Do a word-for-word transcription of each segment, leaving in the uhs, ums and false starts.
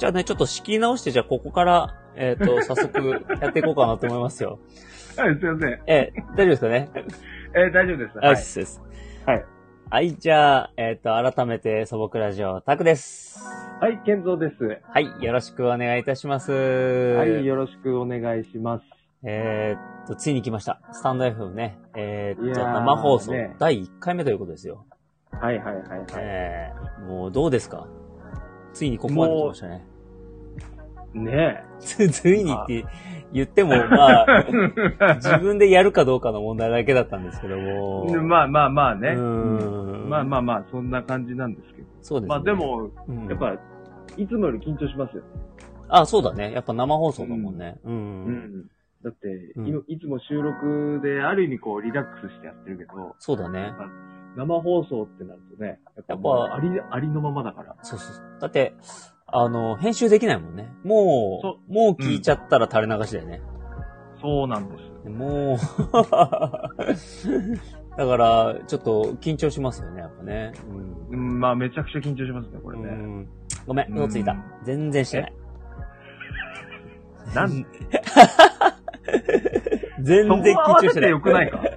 じゃあね、ちょっと仕切り直して、じゃあここから、えっ、ー、と、早速やっていこうかなと思いますよ。 はい、すいません。 えー、大丈夫ですかね。 えー、大丈夫です。 はい。ですです。 はい。 はい、じゃあ、えっ、ー、と、改めて素朴ラジオ、タクです。 はい、健三です。 はい、よろしくお願いいたします。 はい、よろしくお願いします。 えー、っと、ついに来ました。スタンド エフエム ね。えー、っと、 いやー生放送、 ねだいいっかいめということですよ。 はいはいはいはい。 えー、もうどうですか？ついにここまで来ましたね。 ねえ。 つ、ついにって言っても、まあ、自分でやるかどうかの問題だけだったんですけども。 まあまあまあね。 うーん。 まあまあまあ、そんな感じなんですけど。 そうですね。 まあでも、 うん、 やっぱ、いつもより緊張しますよ。 あ、そうだね。やっぱ生放送だもんね。うん。うん、 うん、だって、 うん、 いつも収録である意味こうリラックスしてやってるけど。 そうだね。 生放送ってなるとね、やっぱ、やっぱあり、ありのままだから。 そうそう。だって、あの、編集できないもんね。もう、もう聞いちゃったら垂れ流しだよね。 うん、そうなんです。 もう、だから、ちょっと緊張しますよね、やっぱね。 うん、まあ、めちゃくちゃ緊張しますね、これね。うん、 ごめん、嘘ついた。全然してない。 なん全然緊張してない。 よくないか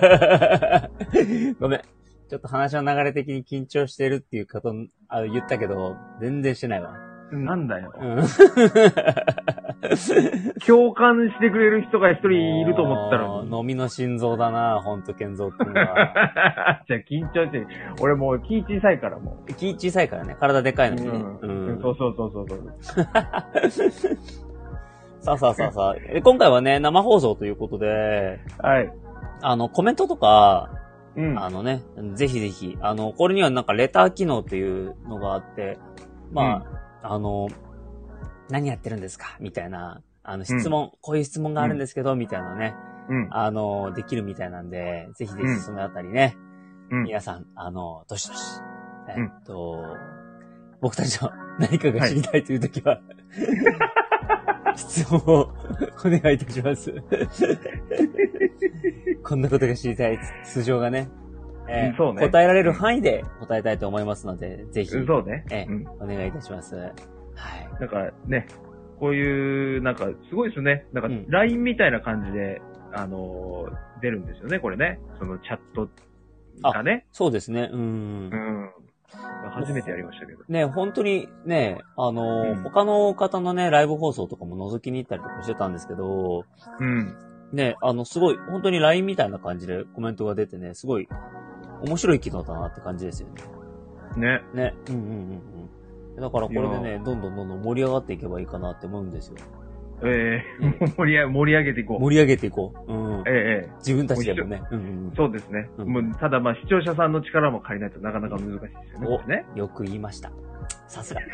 ごめん。ちょっと話の流れ的に緊張してるっていうことあ言ったけど、全然してないわ。 なんだよ。 うん、 共感してくれる人が一人いると思ったら。 飲みの心臓だな、ほんと、健三くんは。 じゃあ緊張して、俺もう気小さいからもう。 気小さいからね、体でかいのにね。 うん。うん、そうそうそうそうそう。 さあさあさあさあ、今回はね、生放送ということで、 はい。 あの、コメントとか、 うん、 あのね、ぜひぜひ、あの、これにはなんかレター機能っていうのがあって、まあ、うん、あの、何やってるんですかみたいな、あの、質問、うん、こういう質問があるんですけど、うん、みたいなね、うん、あの、できるみたいなんで、ぜひぜひそのあたりね、うん、皆さん、あの、どしどし、えっと、うん、僕たちの何かが知りたいというときは、はい、質問をお願いいたします。こんなことが知りたい素性がね、えーそうね、答えられる範囲で答えたいと思いますので、ぜひ、 そうね、 えーうん、お願いいたします。はい。 なんかね、こういう、なんか、すごいですね。なんか、ライン みたいな感じで、うん、あのー、出るんですよね、これね。そのチャットがね。 そうですね。うん。うん。 初めてやりましたけど。 ね、本当にね、あのーうん、他の方のね、ライブ放送とかも覗きに行ったりとかしてたんですけど、 うん。 ね、あの、すごい、本当に ライン みたいな感じでコメントが出てね、すごい、面白い機能だなって感じですよね。 ね。 ね。うんうんうんうん。だからこれでね、どんどんどんどん盛り上がっていけばいいかなって思うんですよ。 ええーうん、盛り上げ、盛り上げていこう。 盛り上げていこう。うん。ええー、自分たちでもね。 うんうん、そうですね。うん、もうただまあ視聴者さんの力も借りないとなかなか難しいですよね。 お、ね。よく言いました。さすが。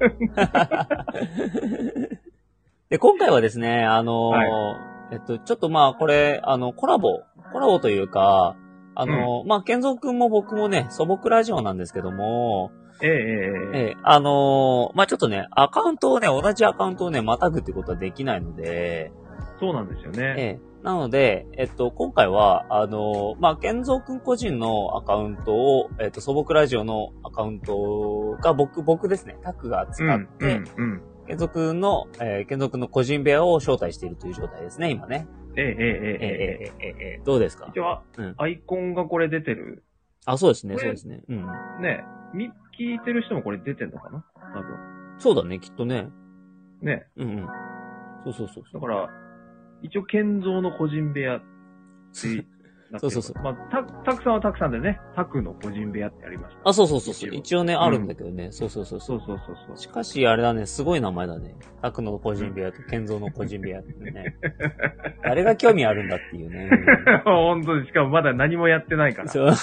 で、今回はですね、あのー、はいえっと、ちょっとまあ、これ、あの、コラボ、コラボというか、あの、うん、まあ、健三くんも僕もね、素朴ラジオなんですけども、 ええええええ、あのー、まあ、ちょっとね、アカウントをね、同じアカウントをね、またぐってことはできないので、 そうなんですよね。 ええ、なので、えっと、今回は、あのー、まあ、健三くん個人のアカウントを、えっと、素朴ラジオのアカウントが僕、僕ですね、タクが使って、うんうんうん健三くんの、えー、健三くんの個人部屋を招待しているという状態ですね、今ね。 ええええええええええどうですか？ 一応、うん、アイコンがこれ出てる。 あ、そうですね、そうですね。うん。 ねみ、聞いてる人もこれ出てんのかな多分。 そうだね、きっとね。 ね。 うんうん。そうそうそうだから、一応、健三の個人部屋ってそうそうそう。 まあ、た、たくさんはたくさんでね、タクの個人部屋ってありました。 あ、そうそうそうそう。一応ね、あるんだけどね。そうそうそうそう。そうそうそう。 しかし、あれだね、すごい名前だね。タクの個人部屋と健三の個人部屋ってね。誰が興味あるんだっていうね。 本当に、しかもまだ何もやってないから。 そう。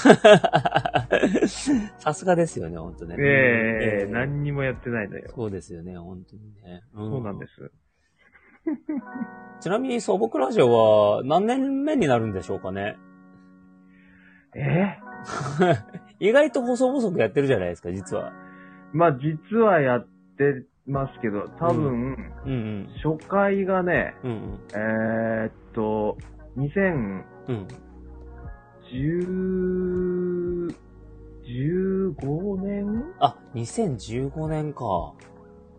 さすがですよね、本当ね。 ええー、何にもやってないのよ。 そうですよね、本当にね。 うん、そうなんです。 ちなみに、素朴ラジオは何年目になるんでしょうかね。 え意外と細々やってるじゃないですか、実は。 まあ、実はやってますけど、多分、うんうんうん、 初回がね、 うんうん、 えー、っと、にせんじゅう、じゅうごねんあ、にせんじゅうごねんか。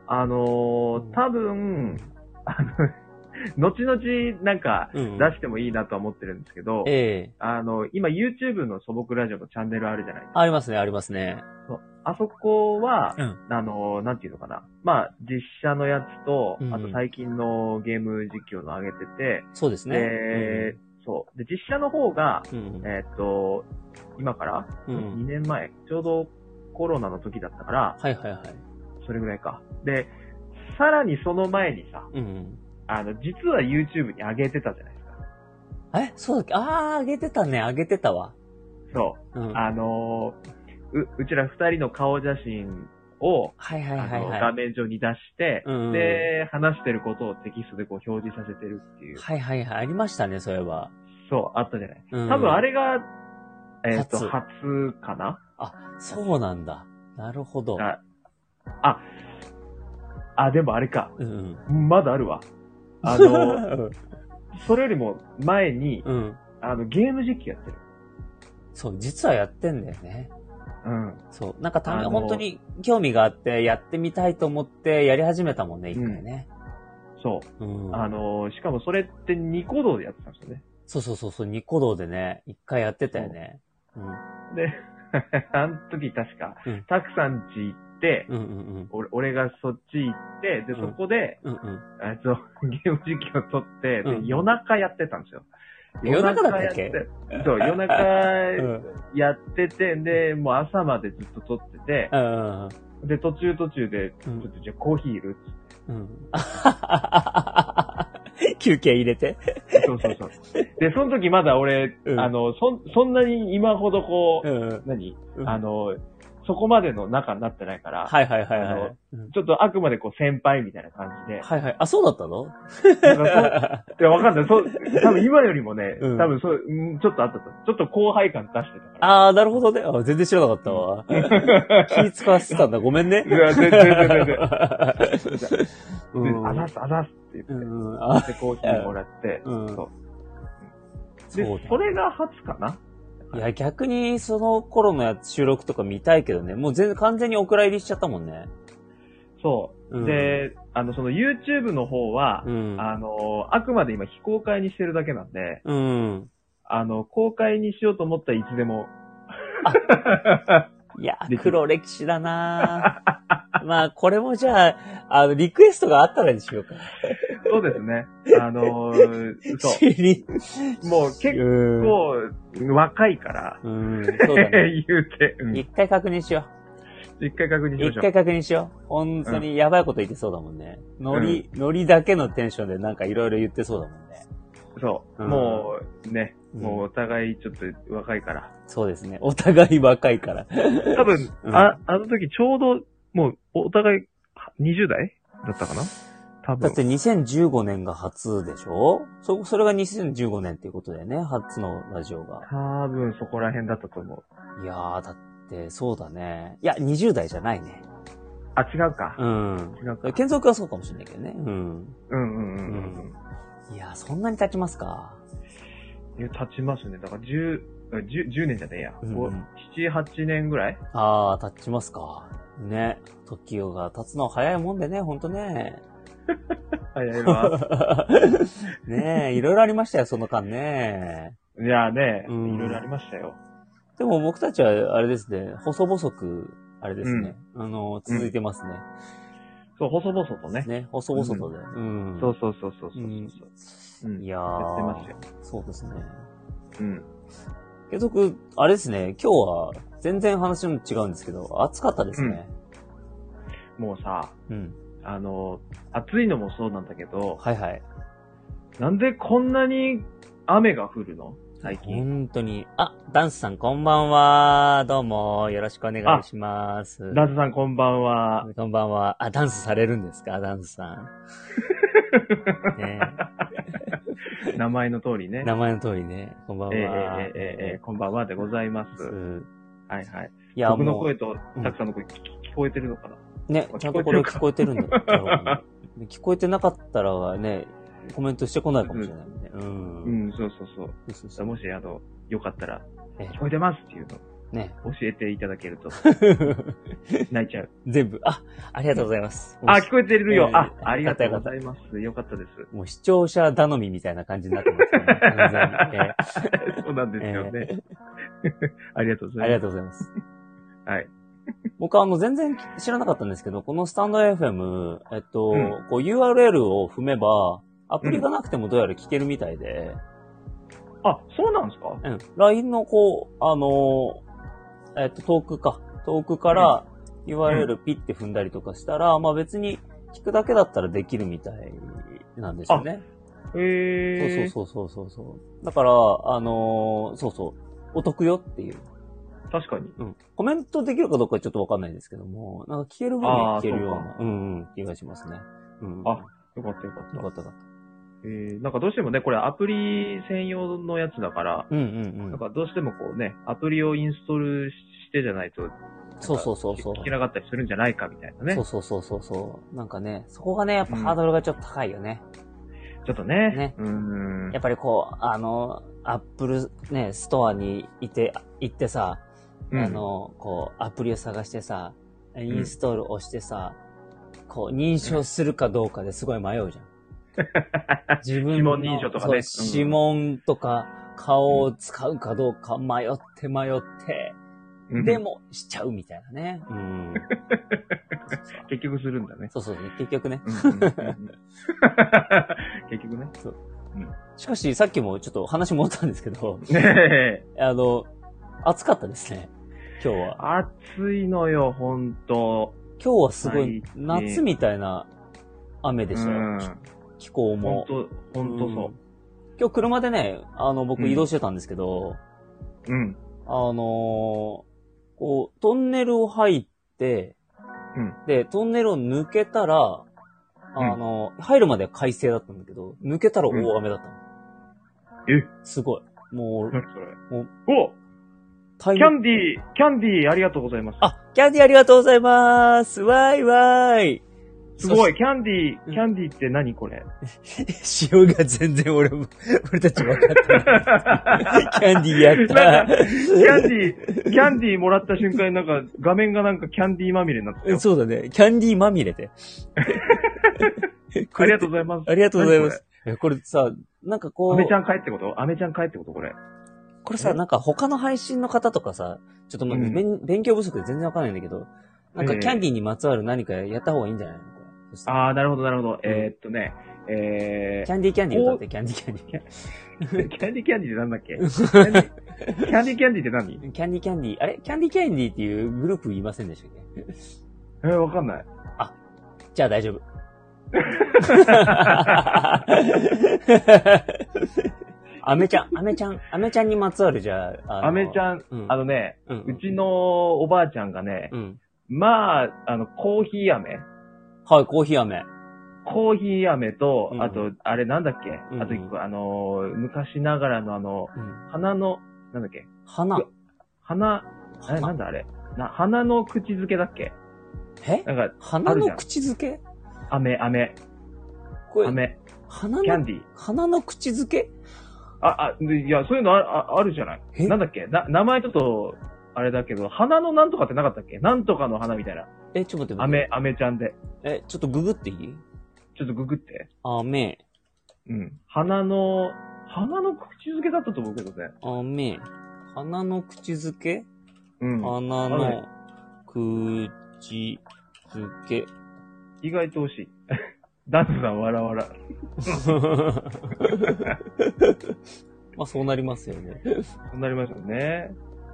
あのー、多分、あの、後々なんか出してもいいなとは思ってるんですけど、 うん、ええあの、今 YouTube の素朴ラジオのチャンネルあるじゃないですか。 ありますね、ありますね。 そうあそこは、 うん、 あの、なんていうのかな。まあ、実写のやつと、 うんあと最近のゲーム実況の上げてて、 そうですね。 で、そう。で、実写の方が、 うん、 えーっと、今から、 うん、 にねんまえ、ちょうどコロナの時だったから、 はいはいはい。 それぐらいか。で、さらにその前にさ、 うんあの、実は YouTube に上げてたじゃないですか。 えそうだっけああ、あげてたね、あげてたわ。 そう。 うん。 あのー、う、うちら二人の顔写真を、 はいはいはいあの、 はい。 画面上に出して、 うんうんで、話してることをテキストでこう表示させてるっていう。 はいはいはい。ありましたね、そういえば。 そう、あったじゃない。 うん多分あれが、えっ、と、 初初かなあ、そうなんだ。なるほど。 あ、あ、あ、でもあれか。 うんうん。 まだあるわ。あの、 うんそれよりも前に、 うん。 あの、ゲーム実況やってる。 そう、実はやってんだよね。 うん。 そう。なんかため、 あの本当に興味があって、やってみたいと思ってやり始めたもんね、一回ね。 そうん。 う。あの、しかもそれってニコ動でやってたんですよね。 そうそうそうそう、ニコ動でね、一回やってたよね。うん。 で、あの時確かうん、 たくさん家行って、 うんうんうん。 俺俺がそっち行って、で、 うんそこで、 うんうん。 えっと、ゲーム実況撮って、でうん夜中やってたんですよ。 夜中だったっけ夜中やってそう、夜中うんやってて、で、もう朝までずっと撮ってて、 うんうんで、途中途中で、ちうんょっとじゃあコーヒーいるっつって。 うん。休憩入れて。 そうそうそう。で、その時まだ俺、 うんあの、そ、そんなに今ほどこう、 うん。 何うんあの、そこまでの仲になってないから、 はいはいはいはあのい。うんちょっとあくまでこう先輩みたいな感じで。 はいはい。あ、そうだったのだからそういや、わかんない。そう、多分今よりもね、 うん多分そう、うんちょっとあったと。ちょっと後輩感出してたから。 ああ、なるほどね。あ全然知らなかったわ。気使わせてたんだ。ごめんね。 いや、全然全然全然。 うで、 んあざっす、あざっすって言って、 うんあで、コーヒーもらって、 うんそう。でそうだ、 それが初かないや、逆にその頃のやつ収録とか見たいけどね。もう全然完全にお蔵入りしちゃったもんね。 そう。 うんで、あの、その YouTube の方は、 うん。 あの、あくまで今非公開にしてるだけなんで、 うん。 あの、公開にしようと思ったらいつでも。 いやでき、る黒歴史だなぁまあ、これもじゃあ、あの、リクエストがあったらにしようか。 そうですね。あのー、そ知りう。もう結構若いから、 うん、そうだね。 言うて、うん一回確認しよ一回確認う。 しましょう。 一回確認しよう。本当にやばいこと言ってそうだもんね。ノリ、ノリだけのテンションでなんかいろいろ言ってそうだもんね。 そう。 うんもうね、 うんもうお互いちょっと若いから。 そうですね。お互い若いから。 多分、 うんあ、あの時ちょうど、もうお互いにじゅう代だったかな多分。 だってにせんじゅうごねんが初でしょそ、それがにせんじゅうごねんっていうことだよね。初のラジオが。 多分そこら辺だったと思う。 いやー、だって、そうだね。いや、にじゅう代じゃないね。 あ、違うか。 うん。 違うか。 健三君はそうかもしれないけどね。うん。 うんうんうんうん。 いやー、そんなに経ちますか。 いや、経ちますね。だからじゅう、じゅう、じゅうねんじゃねえや。 うんこうなな、はちねんぐらいあー、経ちますか。ね。時が経つの早いもんでね、ほんとね。 早いわ。 ねえ、いろいろありましたよ、その間ね。 いやね、いうんろいろありましたよ。 でも僕たちは、あれですね、細々く、あれですね、あの、続いてますね。 そう、細々とね。 ね、細々とで。うん。 そうそうそうそうそうそう。うん。 いやー、 やってますよ。 そうですね。 うん。 継続、あれですね、今日は全然話も違うんですけど、暑かったですね。 もうさ、 うん。 あの、暑いのもそうなんだけど、 はいはい。 なんでこんなに雨が降るの最近。 本当に。あ、ダンスさんこんばんは。どうも、よろしくお願いします。 ダンスさんこんばんは。 こんばんは。あ、ダンスされるんですかダンスさん。ね名前の通りね。 名前の通りね。こんばんは。 ええええええええこんばんはでございます。 うんはいはい。 いや、 僕のも声とたくさんの声聞聞こえてるのかな、 う、ね、ちゃんとこれ聞こえてるんだろうね。聞こえてなかったらね、コメントしてこないかもしれないもんね。うん。 うん、そうそうそう。 そうそうそうもし、あの、よかったら、 ええ聞こえてますっていうの。 ね。 教えていただけると。泣いちゃう。 全部。あ、ありがとうございます。 あ、聞こえてるよ。 えーあ、ありがとうございます。よかったです。 もう視聴者頼みみたいな感じになってますね。完全に。えー、そうなんですよね。えー、ありがとうございます。 ありがとうございます。 はい。 僕はあの全然知らなかったんですけど、このスタンド エフエム、えっと、 うん、 こう ユーアールエル を踏めば、アプリがなくてもどうやら聞けるみたいで。 うん、あ、そうなんですか？ うん。ライン のこう、あの、えっと、遠くか。遠くから ユーアールエル ピッて踏んだりとかしたら、うん、まあ別に聞くだけだったらできるみたいなんですよね。 へー。そうそうそうそうそう。だから、あのー、そうそう。お得よっていう。 確かに。 うん。コメントできるかどうかちょっとわかんないんですけども、なんか聞ける分には聞けるような、うんうん、気がしますね。うん。 あ、よかったよかった。 よかったよかった。 えー、なんかどうしてもね、これアプリ専用のやつだから、 うんうんうん。 なんかどうしてもこうね、アプリをインストールしてじゃないと、 そうそうそうそう。 聞けなかったりするんじゃないかみたいなね。 そうそうそうそうそう。なんかね、そこがね、やっぱハードルがちょっと高いよね。 うん、ちょっとね。 ね。 うん。 やっぱりこう、あの、アップルね、ストアにいて、行ってさ、うん、あの、こう、アプリを探してさ、インストール押してさ、うん、こう、認証するかどうかですごい迷うじゃん。自分の指紋認証とかね。 指紋とか顔を使うかどうか迷って迷って、うん、でもしちゃうみたいなね。うん、 結局するんだね。 そうそう、ね、結局ね。 うんうんうん、結局ね。そう、 うん。しかしさっきもちょっと話戻ったんですけど、 ねあの、暑かったですね。今日は。 暑いのよ、ほんと。 今日はすごい夏みたいな雨でしたよ。うん気候も。 ほんと、ほんとそう、うん。 今日車でね、あの、僕移動してたんですけど、 うん。 あのー、こう、トンネルを入って、うん、で、トンネルを抜けたら、あの、うん、入るまでは快晴だったんだけど、抜けたら大雨だったの。 うん、えすごい。もう、 何それもう、 おキャンディー、キャンディーありがとうございます。 あ、キャンディーありがとうございます。わーいわーい。 すごい、キャンディー、キャンディーって何これ塩が全然俺も、俺たち分かってない。キャンディーやった。 キャンディー、キャンディーもらった瞬間になんか画面がなんかキャンディーまみれになってた。 そうだね。キャンディーまみれで。 ありがとうございます。 ありがとうございます。これさ、なんかこう。 アメちゃん帰ってことアメちゃん帰ってことこれ。 これさ、なんか他の配信の方とかさ、ちょっとまあ、うん、勉強不足で全然わかんないんだけど、なんかキャンディーにまつわる何かやった方がいいんじゃないのああ、なるほど、なるほど。うん、えー、っとね、えー、 キャンディーキャンディー歌って、キャンディーキャンディー。キャンディーキャンディーってなんだっけキャンディーキャンディーキャンディーって何キャンディーキャンディー。あれキャンディーキャンディーっていうグループいませんでしたっけえー、わかんない。 あ、じゃあ大丈夫。アメちゃん、アメちゃん、アメちゃんにまつわるじゃあ。 アメちゃん、うん、あのね、うんうん、うちのおばあちゃんがね、うん、まあ、あの、コーヒー飴はい、コーヒー飴。 コーヒー飴と、うん、あと、あれなんだっけ、うん、あと、あのー、昔ながらのあの、うん、花の、なんだっけ花。 花、あれなんだあれな、花の口づけだっけえなんか、花の口づけ飴、飴。 これ、 飴。 花の、 キャンディー。 花の口づけあ、あ、いや、そういうのあ、あ、あるじゃない。なんだっけな、名前ちょっと、あれだけど、花のなんとかってなかったっけなんとかの花みたいな。 え、ちょっと待って待って。 飴、飴ちゃんで。 え、ちょっとググっていいちょっとググって。 飴。 うん。花の、花の口づけだったと思うけどね。 飴。花の口づけうん。 花の口づけ。 意外と惜しい。ダンスさん、わらわら。 まあ、そうなりますよね。 そうなりますよね。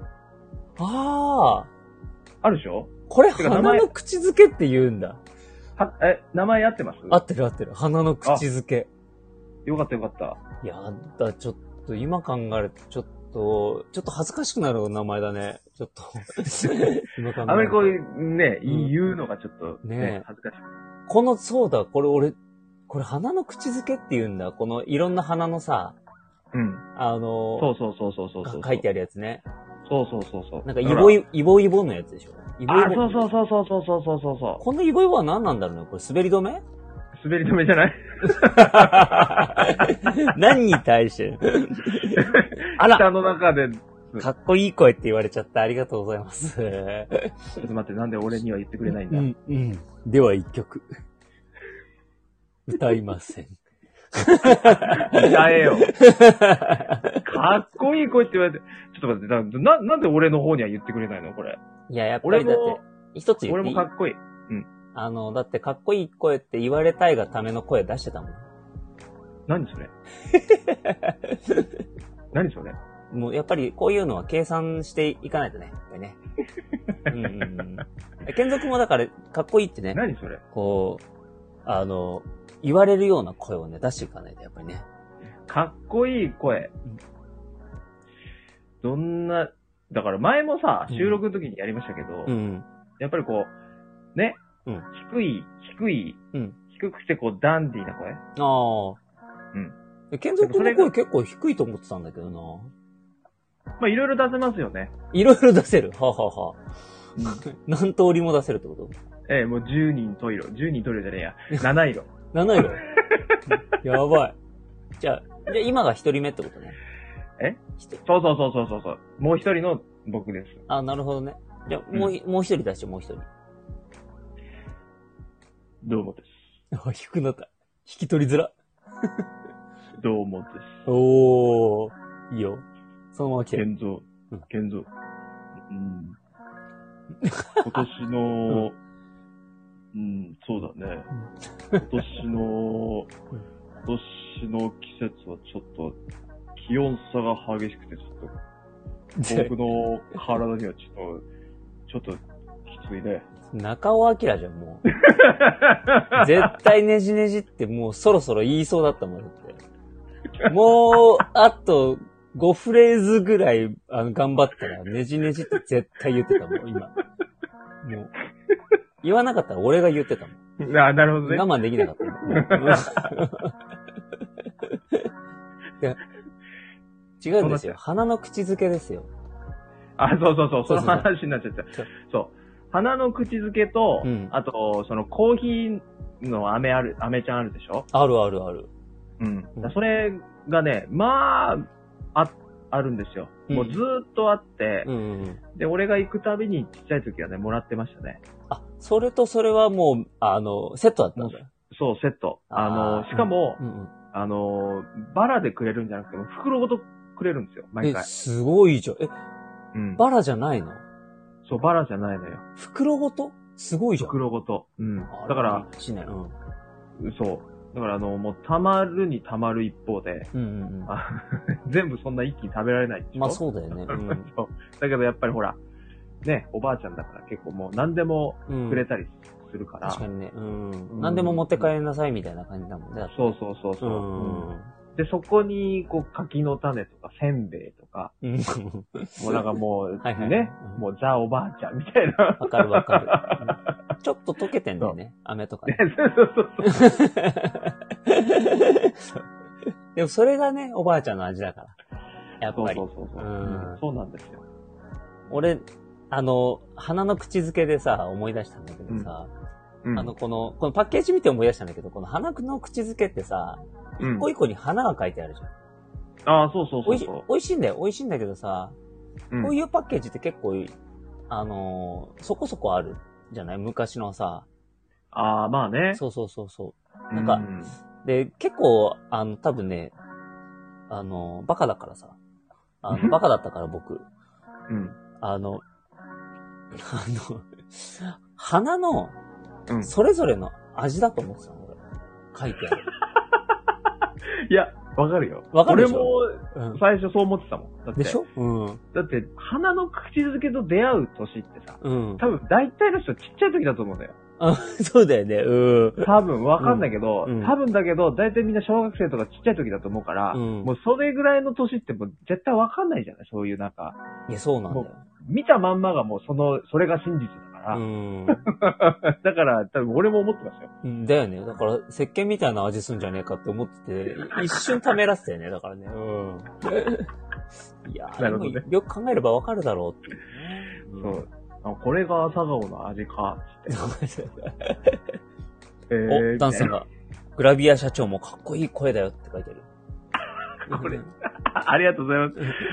ああ。 あるでしょこれ、花の口づけって言うんだ。 は、え、名前合ってます合ってる合ってる。花の口づけ。 よかったよかった。 やだ、ちょっと、今考えると、ちょっと、ちょっと恥ずかしくなる名前だね。ちょっと。 今考えると。あまりこういうね、うん、言うのがちょっとね、ね恥ずかしい。 この、そうだ、これ俺、これ花の口づけって言うんだ。このいろんな花のさ、 うん。 あのー、 そうそうそうそうそうそう。 書いてあるやつね。 そうそうそうそう。 なんかイボイ、イボイボのやつでしょ。イボイボ。 あ、そうそうそうそうそうそうそうそう。 このイボイボは何なんだろうねこれ滑り止め滑り止めじゃない何に対してあら下の中でかっこいい声って言われちゃったありがとうございます。 ちょっと待って、なんで俺には言ってくれないんだ。 うん、うん。では一曲。歌いません。 歌えよ。かっこいい声って言われて、ちょっと待って、な、なんで俺の方には言ってくれないのこれ。 いや、やっぱりだって、一つ言っていい？ 俺もかっこいい。うん。 あの、だってかっこいい声って言われたいがための声出してたもん。 何それ何それもうやっぱりこういうのは計算していかないとね。ね。うんうんうん。剣族もだからかっこいいってね。 何それこう、あの、言われるような声をね、出していかないとやっぱりね。 かっこいい声。どんな、だから前もさ、収録の時にやりましたけど、 うん、 やっぱりこう、ね、うん、低い、低い、うん、低くてこうダンディーな声。ああ。うん。剣族の声結構低いと思ってたんだけどな。 まあいろいろ出せますよね。 いろいろ出せる。ははは。うん、何通りも出せるってこと？ ええ、もうじゅうにん十色。じゅうにん十色じゃねえや。なな色。 なな色やばい。じゃあ、じゃあ今が一人目ってことね。 えそうそうそうそうそう。もう一人の僕です。 あ、なるほどね。じゃあもう、うん、もう一人出して、もう一人。 どうもです。 あ、低くなった。引き取りづら。 どうもです。 おー、いいよ。そのまま来て。 健三。健三。うん。今年の、うん、そうだね。今年の、今年の季節はちょっと、気温差が激しくて、ちょっと、僕の体にはちょっと、ちょっと、きついね。 中尾明じゃん、もう。絶対ねじねじってもうそろそろ言いそうだったもん、だって。もう、あとごフレーズぐらい、あの、頑張ったら、ねじねじって絶対言ってたもん、今。もう。言わなかったら俺が言ってたもん。 ああ、なるほどね。 我慢できなかったいや。違うんですよ。鼻の口づけですよ。 あ、そうそうそう、その話になっちゃった。そう。鼻の口づけと、うん、あと、そのコーヒーの飴ある、飴ちゃんあるでしょ？ あるあるある。 うん。うん、それがね、まあ、あ、あるんですよ。もうずーっとあって、うんうんうん、で、俺が行くたびにちっちゃい時はね、もらってましたね。 あ、それとそれはもう、あの、セットだったんだよ。 そう、セット。あの、しかも、うんうんうん、あの、バラでくれるんじゃなくても、袋ごとくれるんですよ、毎回。 え、すごいじゃん。え、うん、バラじゃないの？ そう、バラじゃないのよ。 袋ごと？すごいじゃん。 袋ごと。うん。だから、いちねん。うん。そう。だからあの、もう溜まるに溜まる一方で、うんうんうん、全部そんな一気に食べられないでしょ？ まあそうだよね。うん、 そう。だけどやっぱりほら、ね、おばあちゃんだから結構もう何でもくれたりするから。 うん、確かにね。うん。何でも持って帰りなさいみたいな感じだもんね。 そうそうそうそう。うんうんで、そこに、こう、柿の種とか、せんべいとか、もうなんかもう、はいはい、ね、うん、もうザ・おばあちゃんみたいな。 わかるわかる、うん。ちょっと溶けてんだよね、飴とかね。 そうそうそうそう。でもそれがね、おばあちゃんの味だから。やっぱり。 そうそうそうそう、うん。そうなんですよ。 俺、あの、鼻の口づけでさ、思い出したんだけどさ、うん、あの、この、このパッケージ見て思い出したんだけど、この鼻の口づけってさ、一個一個に花が書いてあるじゃん。 ああ、そうそうそうそう。 美味しい、美味しいんだよ。美味しいんだけどさ、うん、こういうパッケージって結構、あのー、そこそこあるじゃない？昔のさ。 ああ、まあね。 そうそうそうそう。なんか、うん、で、結構、あの、多分ね、あの、バカだからさ。あの、バカだったから僕。うん。あの、あの、花の、それぞれの味だと思ってたの、俺。書いてある。 いや、わかるよ。 わかるでしょ？ 俺も、最初そう思ってたもん。だってでしょ？うん。 だって、鼻の口づけと出会う年ってさ、うん。多分、大体の人ちっちゃい時だと思うんだよ。 あ、そうだよね。うん。 多分、わかんないけど、うん、多分だけど、大体みんな小学生とかちっちゃい時だと思うから、うん、もうそれぐらいの年ってもう絶対わかんないじゃない？そういうなんか。 いや、そうなんだよ。 見たまんまがもうその、それが真実だから。うん。だから、多分俺も思ってますよ。 うん、だよね。だから、石鹸みたいな味すんじゃねえかって思ってて、一瞬ためらせてね。だからね。うん。いやー、なるほどね、よく考えればわかるだろうっていうね。うん、そう。あ、これが朝顔の味か、つって。 えー、お、ダンさんが、グラビア社長もかっこいい声だよって書いてある。 これ、ありがとうございます。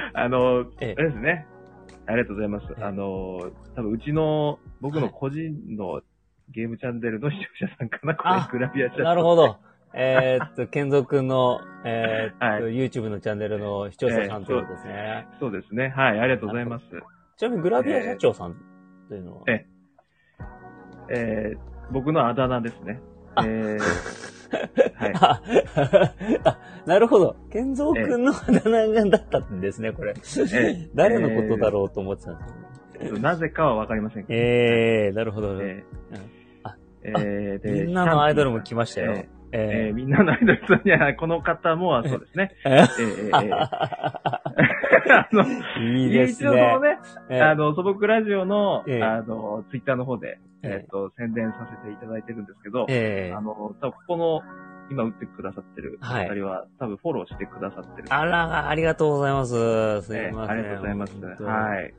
あの、 ええあれですね。ありがとうございます。 ええあの、多分うちの、僕の個人のゲームチャンネルの視聴者さんかな、これあ、 グラビア社長。 なるほど。えーっと、健三くんの、えーっと、 はい YouTube のチャンネルの視聴者さんということですね。 そうですね。はい、ありがとうございます。 ちなみにグラビア社長さんというのは、 ええー、僕のあだ名ですね。 あえー、はい。 ああ、なるほど。健三くんのあだ名だったんですね、これ。 え誰のことだろうと思ってたんですけど。 なぜかはわかりませんけど。 ええー、なるほど。 えうんあーえーでみんなのアイドルも来ましたよ。 ええーえーみんなのアイドルさんには、この方も、そうですね。 ええーえーえーあの、 いいです一応そのね。 ね、 えあの、素朴ラジオの、 ええあの、ツイッターの方で、 ええっと、宣伝させていただいてるんですけど、 ええあの、多分ここの、今打ってくださってるはい二人は、多分フォローしてくださってる。 あら、ありがとうございます。すいません。 えーありがとうございます。 本当はい。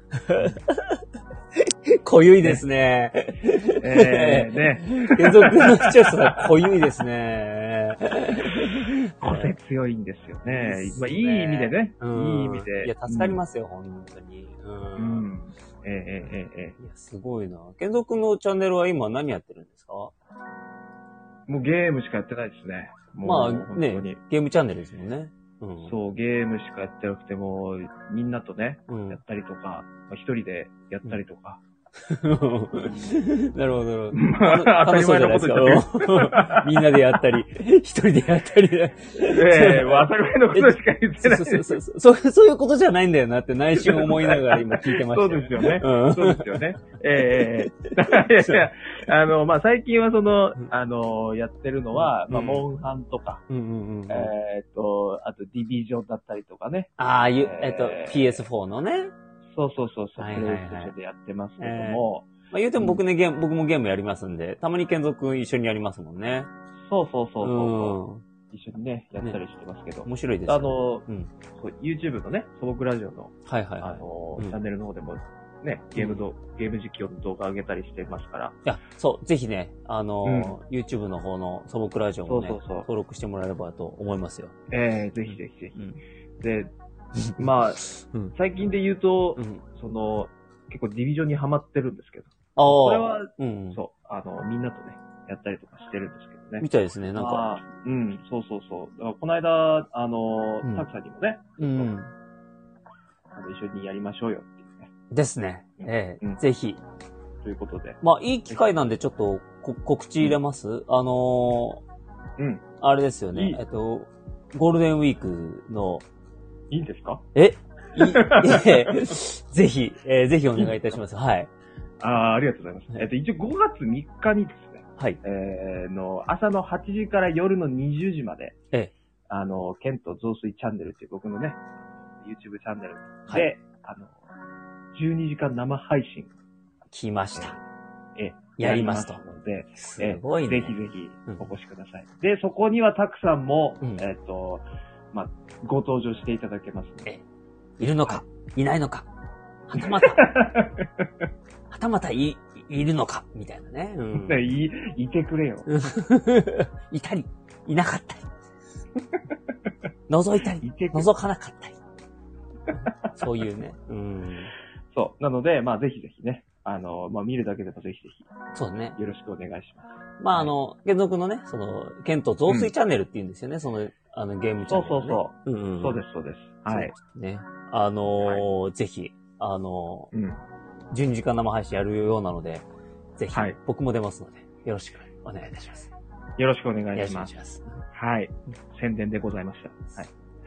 濃ゆいですね。 えー、ね、 継続の視聴者さん濃ゆいですね。 個性強いんですよね。まあ、いい意味でね。 うんいい意味で。 いや、助かりますよ、本当に。う。 うんん。えー、えー、えー、えいや、すごいな。健三くんのチャンネルは今何やってるんですか？ ーもうゲームしかやってないですね。もうまあ本当ねに。、 ゲームチャンネルですもんね。うん。 そう、ゲームしかやってなくても、みんなとね、 うん。 やったりとか、まあ一人でやったりとか。 なるほど、なるほど。 まあ当たり前のこと言っ楽しそうじゃないですか。みんなでやったり、一人でやったり。 ええもう当たり前のことしか言ってない。 そうそうそうそう。そうそういうことじゃないんだよなって内心思いながら今聞いてました。 そうですよね。 うんそうですよね。ええいやいや、あの、まあ、最近はその、あの、やってるのは、まあ、 うんモンハンとか、 うんうんうん。 えっと、あと、ディビジョンだったりとかね。 ああ、いう、えっとえー、 ピーエスフォー のね。 そうそうそうそう、 はいはいはいプレイステーションでやってますけども、 まあ言うても僕ね、ゲーム、僕もゲームやりますんで、たまに健三くん一緒にやりますもんね。 そうそうそうそうそう、 ん。 一緒にね、やったりしてますけど。 面白いですよ。 あの、 うん。 そう YouTube のね、素朴ラジオの、あはいはいはい。 の、 うんチャンネルの方でも、ね、ゲームど、ゲーム実況の動画上げたりしてますから。 いや、そう、ぜひね、あのー、YouTube の方の素朴ラジオもね、 そうそうそう登録してもらえればと思いますよ。 ええぜひぜひぜひ。 うん。 で、まあ、 うん。 最近で言うと、 うん。 その、結構ディビジョンにハマってるんですけど、 ああ。 これは、 うん。 そう、あの、みんなとね、やったりとかしてるんですけどね。 みたいですね、なんか。 まあ、うん、そうそうそう。だからこの間、あのうん、 タクさんにもね、 うん。 あの一緒にやりましょうよっていうね。 ですね。ええうんぜひ。 ということで。 まあ、いい機会なんでちょっとこ告知入れます、あのうん。 ー、あれですよいい。 ねえっと、ゴールデンウィークの、 いいんですかえいええぜひ、えーぜひお願いいたします。はい。 ああ、ありがとうございます。 はいえっと、一応ごがつみっかにですね、 はい。 えー、の、朝のはちじから夜のにじゅうじまで、 ええあの、ケント増水チャンネルっていう僕のね、YouTube チャンネルで、 はいあの、じゅうにじかん生配信、 来ました。 え、 やりますとやりので、 すえごいね。 ぜひぜひうんお越しください。で、そこにはたくさんも、 うんえっ、と、まあ、ご登場していただけますので。 えいるのか、いないのか、はたまた、はたまたい、いるのか、みたいなね。うんねい、いてくれよ。 いたり、いなかったり。覗いたりい、てくれ。 覗かなかったり。そういうね。うん。 そう。なので、まあ、ぜひぜひね、あの、まあ、見るだけでもぜひぜひ、 そうね。 よろしくお願いします。 まあ、あの、継続のね、その、ケント増水チャンネルって言うんですよね、その、あの、ゲームチャンネル、ね。 そうそうそう。 うんうん。 そうです、そうです。はい。 そうね。あのーぜひ、あのうん。 ー、じゅうにじかん生配信やるようなので、ぜひ、 はい僕も出ますので、よろしくお願いいたします。 よろしくお願よろいします。 しくお願いします。 はい。宣伝でございました。はい。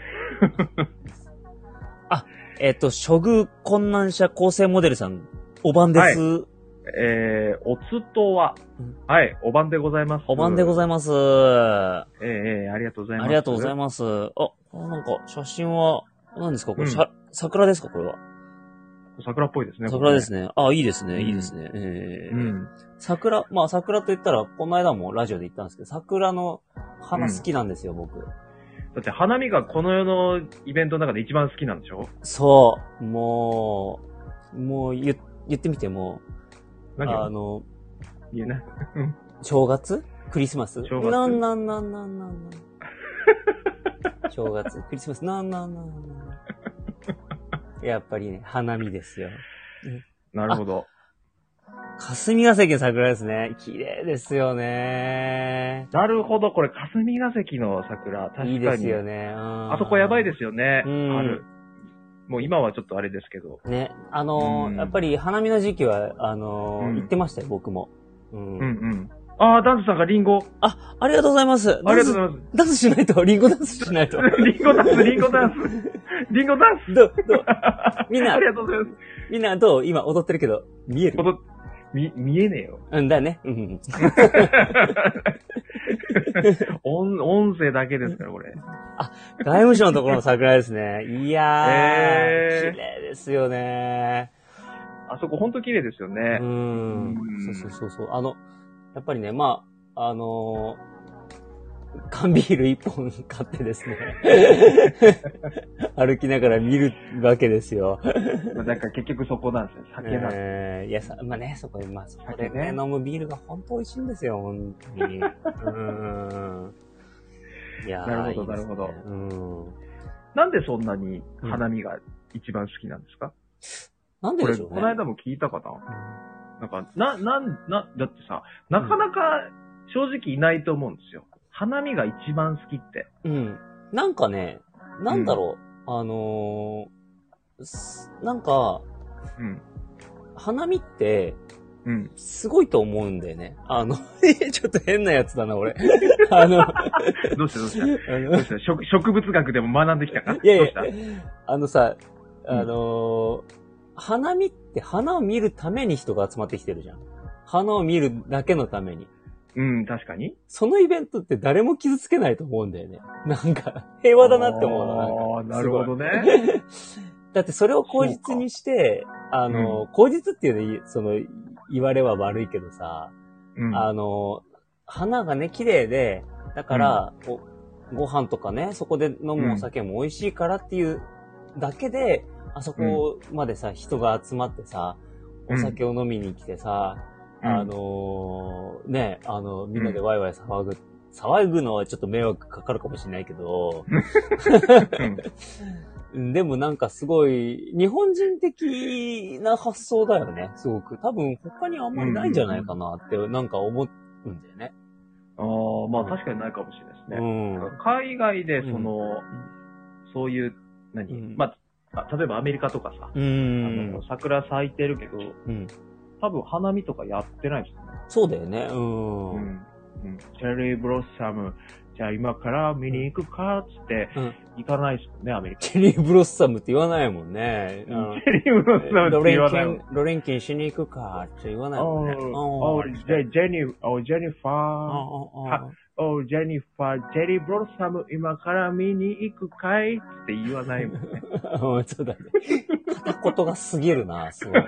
えっと、処遇困難者構成モデルさん、お番です。 えー、おつとはうん、 はい、お番でございます。 お番でごいざいます。 ます。えー、えー、ありがとうございます。 ありがとうございまます。あ、なんか、写真は、何ですかこれ、 うんしゃ桜ですかこれは。 す。桜っぽいですね。 桜ですね。 ね。あ、いいですね。 うんいいですね。えーうん。 桜、まあ桜と言ったら、この間もラジオで言ったんですけど、桜の花好きなんですよ、僕。 だって花見がこの世のイベントの中で一番好きなんでしょそう。もう、もう言、言ってみても、 何をあの、 言えない。 正月クリスマス正月なんなんなんなんなんなん。正月クリスマスなんなんなんなん。 やっぱりね、花見ですよ。 なるほど。 霞ヶ関の桜ですね。綺麗ですよね。 なるほど、これ霞ヶ関の桜、確かに。 いいですよね。うん、 あそこやばいですよね。 うん、 ある。もう今はちょっとあれですけど。 ね、あのーうん、やっぱり花見の時期は、あのーうん、行ってましたよ、僕も。うん、 うんうん。ああ、ダンスさんがリンゴ。 あ、ありがとうございます。 ありがとうございます。 ダンスしないと、リンゴダンスしないと。 リンゴダンス、リンゴダンス。リンゴダンス。 どう、どうみんな、 ありがとうございます。 みんなどう今踊ってるけど、見える？ 踊み、見えねえよ。 うんだね。うん。 音、音声だけですから、これ。 あ、外務省のところの桜ですね。いやー、えー、綺麗ですよね。 あそこほんと綺麗ですよね。 うん。そうそうそうそう。あの、やっぱりね、まあ、あのー、缶ビール一本買ってですね。歩きながら見るわけですよ。 だから結局そこなんですよ。酒なんです、 えー。いや、さ、まあね、そこで、まあそこでね、飲むビールが本当美味しいんですよ、本当に。うん。いやー、 なるほど、なるほど。 うん。 なんでそんなに花見が一番好きなんですか？ うん、なんででしょうね。 これ、この間も聞いたかな、うん、なんか、な、なん、な、だってさ、なかなか正直いないと思うんですよ。花見が一番好きって。 うん。なんかね、なんだろう、うん、あのー、なんか、 うん。 花見って、 うん。 すごいと思うんだよね。あの、ちょっと変なやつだな、俺。あの、 どうしたどうしたあのどうした植植物学でも学んできたか？ いやいや、 どうしたあのさ、あのーうん、花見って花を見るために人が集まってきてるじゃん。花を見るだけのために。 うん、確かに。 そのイベントって誰も傷つけないと思うんだよね。なんか、平和だなって思うの。 ああ、なるほどね。 だってそれを口実にして、あの、うん、口実っていうの、その、言われは悪いけどさ、うん、あの、花がね、綺麗で、だから、うん、ご飯とかね、そこで飲むお酒も美味しいからっていうだけで、あそこまでさ、人が集まってさ、お酒を飲みに来てさ、うん、あのー、ね、あの、みんなでワイワイ騒ぐ、うん、騒ぐのはちょっと迷惑かかるかもしれないけど、うん、でもなんかすごい、日本人的な発想だよね、すごく。多分他にあんまりないんじゃないかなってなんか思うんだよね。 ああ、まあ確かにないかもしれないですね。うん、海外でその、うん、そういう、何、うん、まあ、例えばアメリカとかさ、うん、あの桜咲いてるけど、うん、多分花見とかやってないですよね。 そうだよね。うん。 うん。うん、チェリーブロッサム、じゃあ今から見に行くかつって、行かないですもんね、アメリカ。 チェリーブロッサムって言わないもんね。 チェリーブロッサムって言わないもん。 ロレンキンしに行くかって言わないもんね。 おー、ジェニー、おジェニファー、おジェニファー、チェリーブロッサム今から見に行くかいって言わないもんね。 そうだね。片言が過ぎるな、すごい。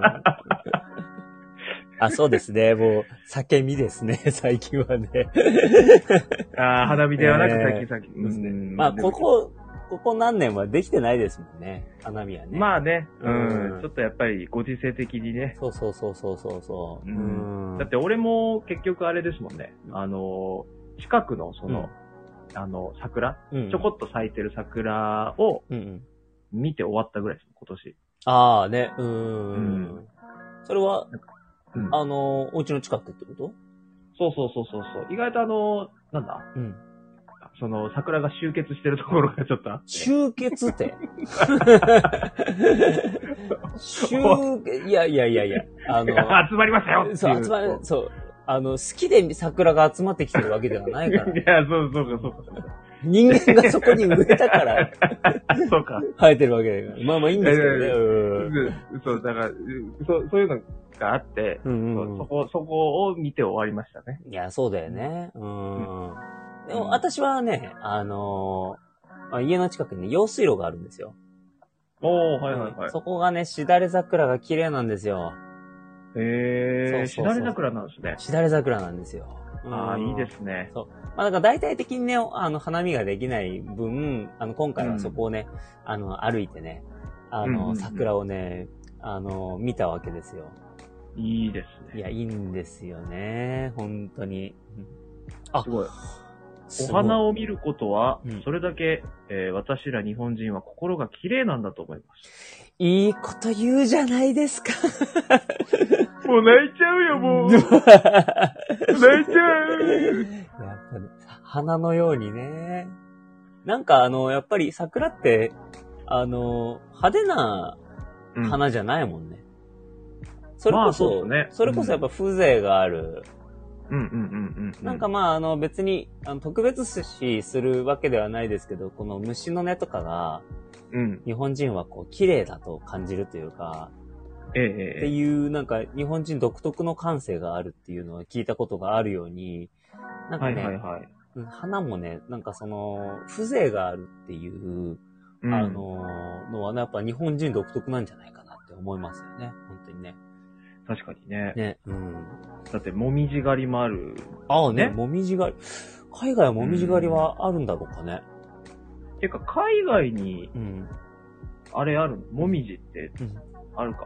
あ、そうですね。もう、叫びですね、最近はね。 ああ、花見ではなく最近最近ですね。 まあ、ここ、ここ何年はできてないですもんね、花見はね。 まあね、うん、うん、ちょっとやっぱりご時世的にね。 そうそうそうそうそうそう、 うん。だって俺も結局あれですもんね。あの、近くのその、うん、あの、桜、うん、ちょこっと咲いてる桜を見て終わったぐらいです、今年。 ああね、うーん。うん、それは、うん、あの、お家の近くってこと？ そうそうそうそうそう。意外とあの、なんだ、うん、その、桜が集結してるところがちょっとあって。 集結って集、いやいやいやいや、あの、 集まりましたよっていう。 そう、集まり、そう。あの、好きで桜が集まってきてるわけではないから。 いや、そうそうか、そうか。 人間がそこに植えたから、 そうか。 生えてるわけだから。まあまあいいんですけどね。 うん、そう、だから、そう、そういうのがあって、うんうんうん、そこ、そこを見て終わりましたね。 いや、そうだよね。うん。うん、でも私はね、あのー、家の近くに、ね、用水路があるんですよ。 おー、はいはいはい。 うん、そこがね、しだれ桜が綺麗なんですよ。 へー、しだれ桜なんですね。 しだれ桜なんですよ。 ああ、いいですね。 そう。まあ、だから大体的にね、あの、花見ができない分、あの、今回はそこをね、うん、あの、歩いてね、あの、うんうん、桜をね、あの、見たわけですよ。 いいですね。 いや、いいんですよね。本当に。あ、 すごい。 お花を見ることはうん、 それだけ、えー私ら日本人は心が綺麗なんだと思います。 いいこと言うじゃないですか。 もう泣いちゃうよ、もう。泣いちゃう。 やっぱね、花のようにね。なんかあの、やっぱり桜って、あの、派手な花じゃないもんね。うん、それこそ、まあそうね、それこそやっぱ風情がある。 うんうんうんうん。 なんかまああの別にあの特別視するわけではないですけど、この虫の音とかが、うん、日本人はこう綺麗だと感じるというか、ええ、っていうなんか日本人独特の感性があるっていうのは聞いたことがあるように、なんかね、はいはいはい、花もね、なんかその風情があるっていう、うん、あののはね、やっぱ日本人独特なんじゃないかなって思いますよね、本当にね。 確かにね。 ね、うん。 だってもみじ狩りもある、ね。 ああね、もみじ狩り。海外はもみじ狩りはあるんだろうかね。 うん、てか海外に、うん、あれあるの？もみじってあるか。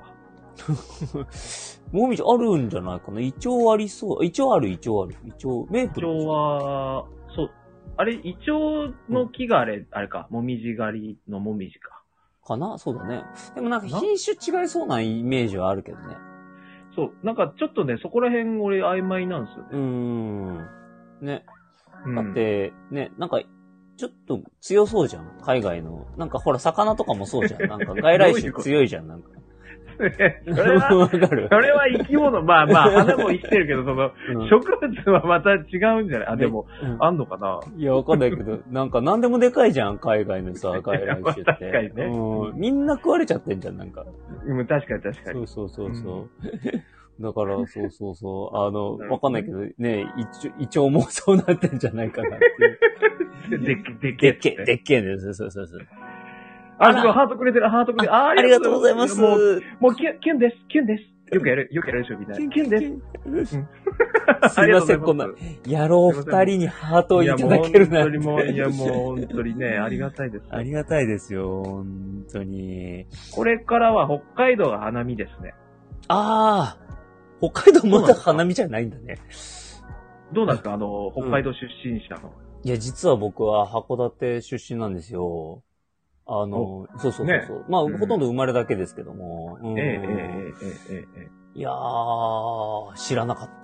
もみじあるんじゃないかな。イチョウありそう。イチョウある、イチョウある。イチョウ、メープル。 イチョウは、そう。あれ、イチョウの木があれ、うん、あれか。もみじ狩りのもみじか。 かな？そうだね。でもなんか品種違いそうなイメージはあるけどね。 そう。なんかちょっとね、そこら辺俺曖昧なんですよね。 うーん。ね。だって、うん、ね、なんか、ちょっと強そうじゃん。海外の。なんかほら、魚とかもそうじゃん。なんか外来種強いじゃん。なんか。 それは、わかる。それは生き物。まあまあ、花も生きてるけど、その、うん、植物はまた違うんじゃない？あ、でも、うん、あんのかな？ いや、わかんないけど、なんか何でもでかいじゃん、海外のさ、外来種って。 確かにね、 うん。みんな食われちゃってんじゃん、なんか。 うん、確かに確かに。 そうそうそうそう。うんだから、そうそうそう。あの、わかんないけど、ね、胃腸もそうなってんじゃないかなっていう。 でっけ、でっけ。でっけ、でっけです。そうそうそう。 あ、すごい、ハートくれてる、ハートくれてる。 あ、ありがとうございます。 もう、もう、キュン、キュンです、キュンです。よくやる、よくやるでしょ、みたいな。キュン、キュンです。 すいません、こんな、野郎二人にハートをいただけるなんて。 いや、もう、いや、もう、本当にね、ありがたいです。 ありがたいですよ、本当に。 これからは北海道が花見ですね。 ああ。北海道まだ花見じゃないんだね。 どうなんですかあの、北海道出身者の、 うん。いや、実は僕は函館出身なんですよ。あの、そうそうそうそう。ね、まあ、うん、ほとんど生まれだけですけども。うん、ええええええええ。いやー、知らなかった。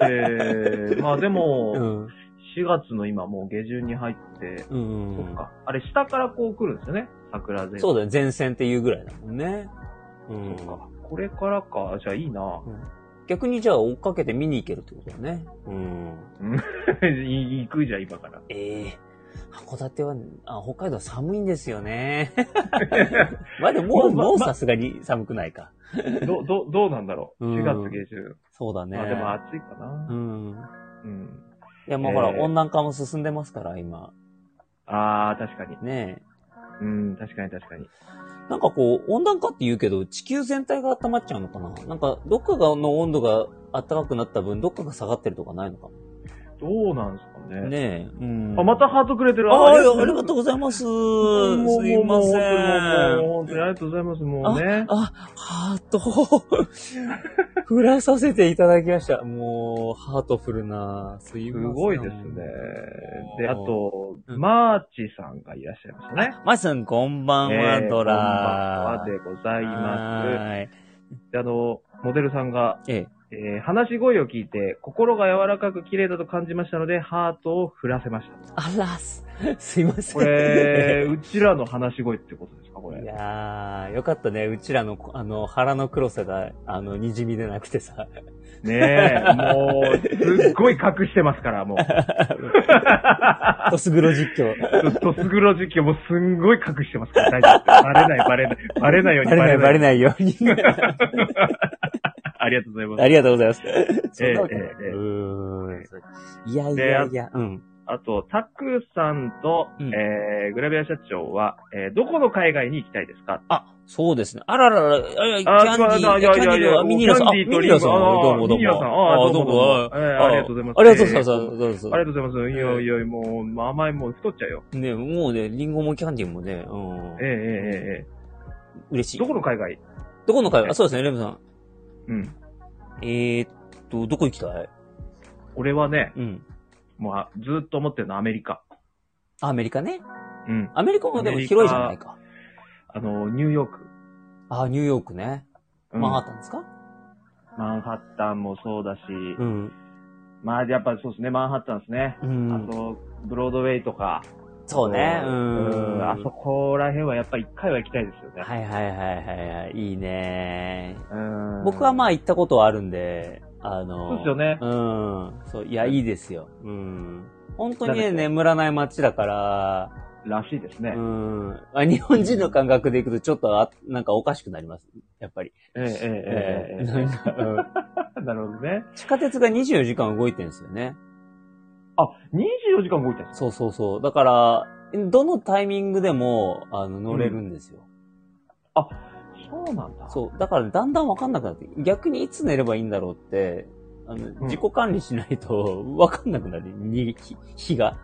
えー、まあでも、うん、しがつの今もう下旬に入って、うん、そっか。あれ下からこう来るんですよね。桜前線。 そうだよ、前線っていうぐらいだもんね。 うん。そっか。これからか。じゃあいいな、うん、 逆にじゃあ追っかけて見に行けるってことだね。うん。 行くじゃん、今から。 ええー、函館は、あ、北海道は寒いんですよね。まあでももう、もうさすがに寒くないか。 ど、ど、どうなんだろう。しがつ下旬。 そうだね。 あ、でも暑いかな。 うん。うん。いや、もうほら、えー、温暖化も進んでますから、今。 ああ、確かに。 ねえ。うん、確かに確かに。 なんかこう、温暖化って言うけど、地球全体が温まっちゃうのかな？なんか、どっかがの温度が暖かくなった分、どっかが下がってるとかないのかな？ どうなんですかね。 ねえ。うん。 あ、またハートくれてる。 ああ、ありがとうございます。すいません。 本当にありがとうございます。もうね。 あ、あハート。振らさせていただきました。もう、ハートフルな。すいません。 すごいですね。で、あと、うん、マーチさんがいらっしゃいましたね。 マーチさん、こんばんは、えー、ドラ。こんばんはでございます。はい。で、あの、モデルさんが、えええー、話し声を聞いて、心が柔らかく綺麗だと感じましたので、ハートを振らせました。 あらす、すいません。 これ、うちらの話し声ってことですか、これ。 いやー、よかったね。うちらの、あの、腹の黒さが、あの、滲み出なくてさ。 ねえ、もう、すっごい隠してますから、もう。 トスグロ実況。 トスグロ実況もすんごい隠してますから、大丈夫。バレない、バレない。バレないように、 バレない、バレないように。 ありがとうございます。 ありがとうございます。 そんなわけない。ええええ、 うーん。いやいやいや、うん。 あと、タクさんと、うん、えー、グラビア社長は、えー、どこの海外に行きたいですか？ あ、そうですね。あららら、あ、キャンディー、キャンディーはミニラさん、あ、ミニラさん、どうもどうも。 ミニラさん、あ、どうもどうも。ありがとうございます。 ありがとうございます。 ありがとうございます。いやいや、もう、甘いもん太っちゃうよ。 ね、もうね、リンゴもキャンディーもね、うん。 ええええええ。 嬉しい。 どこの海外？ どこの海外？あ、そうですね、レムさん。 うん。 えーっと、どこ行きたい？ 俺はね、うん。 もうあずーっと思ってるのはアメリカ。 アメリカね。 うん。 アメリカもでも広いじゃないか。 あの、ニューヨーク。 ああ、ニューヨークね。 うんマンハッタンですか？ マンハッタンもそうだし、 うん。 まあやっぱそうですね、マンハッタンですね。 うんあと、ブロードウェイとか。 そうね。ううんん。 あそこら辺はやっぱり一回は行きたいですよね。 はいはいはいはいはい。いいね。 うん僕はまあ行ったことはあるんで、あの、 そうですよねうん。そう、いや、いいですよ。うん。本当にね、 なんだっけ眠らない街だから、 らしいですね。 うんあ。日本人の感覚で行くとちょっとあ、なんかおかしくなります。やっぱり。 ええええええええなんか、うん、 なるほどね。 地下鉄がにじゅうよじかん動いてるんですよね。 あ、にじゅうよじかん動いてるんですか？ そうそうそう。だから、どのタイミングでも、あの、乗れるんですよ。 あ、そうなんだ。 そう。だから、だんだんわかんなくなって、逆にいつ寝ればいいんだろうって、あの、 ん自己管理しないと、わかんなくなる。に、日、日が。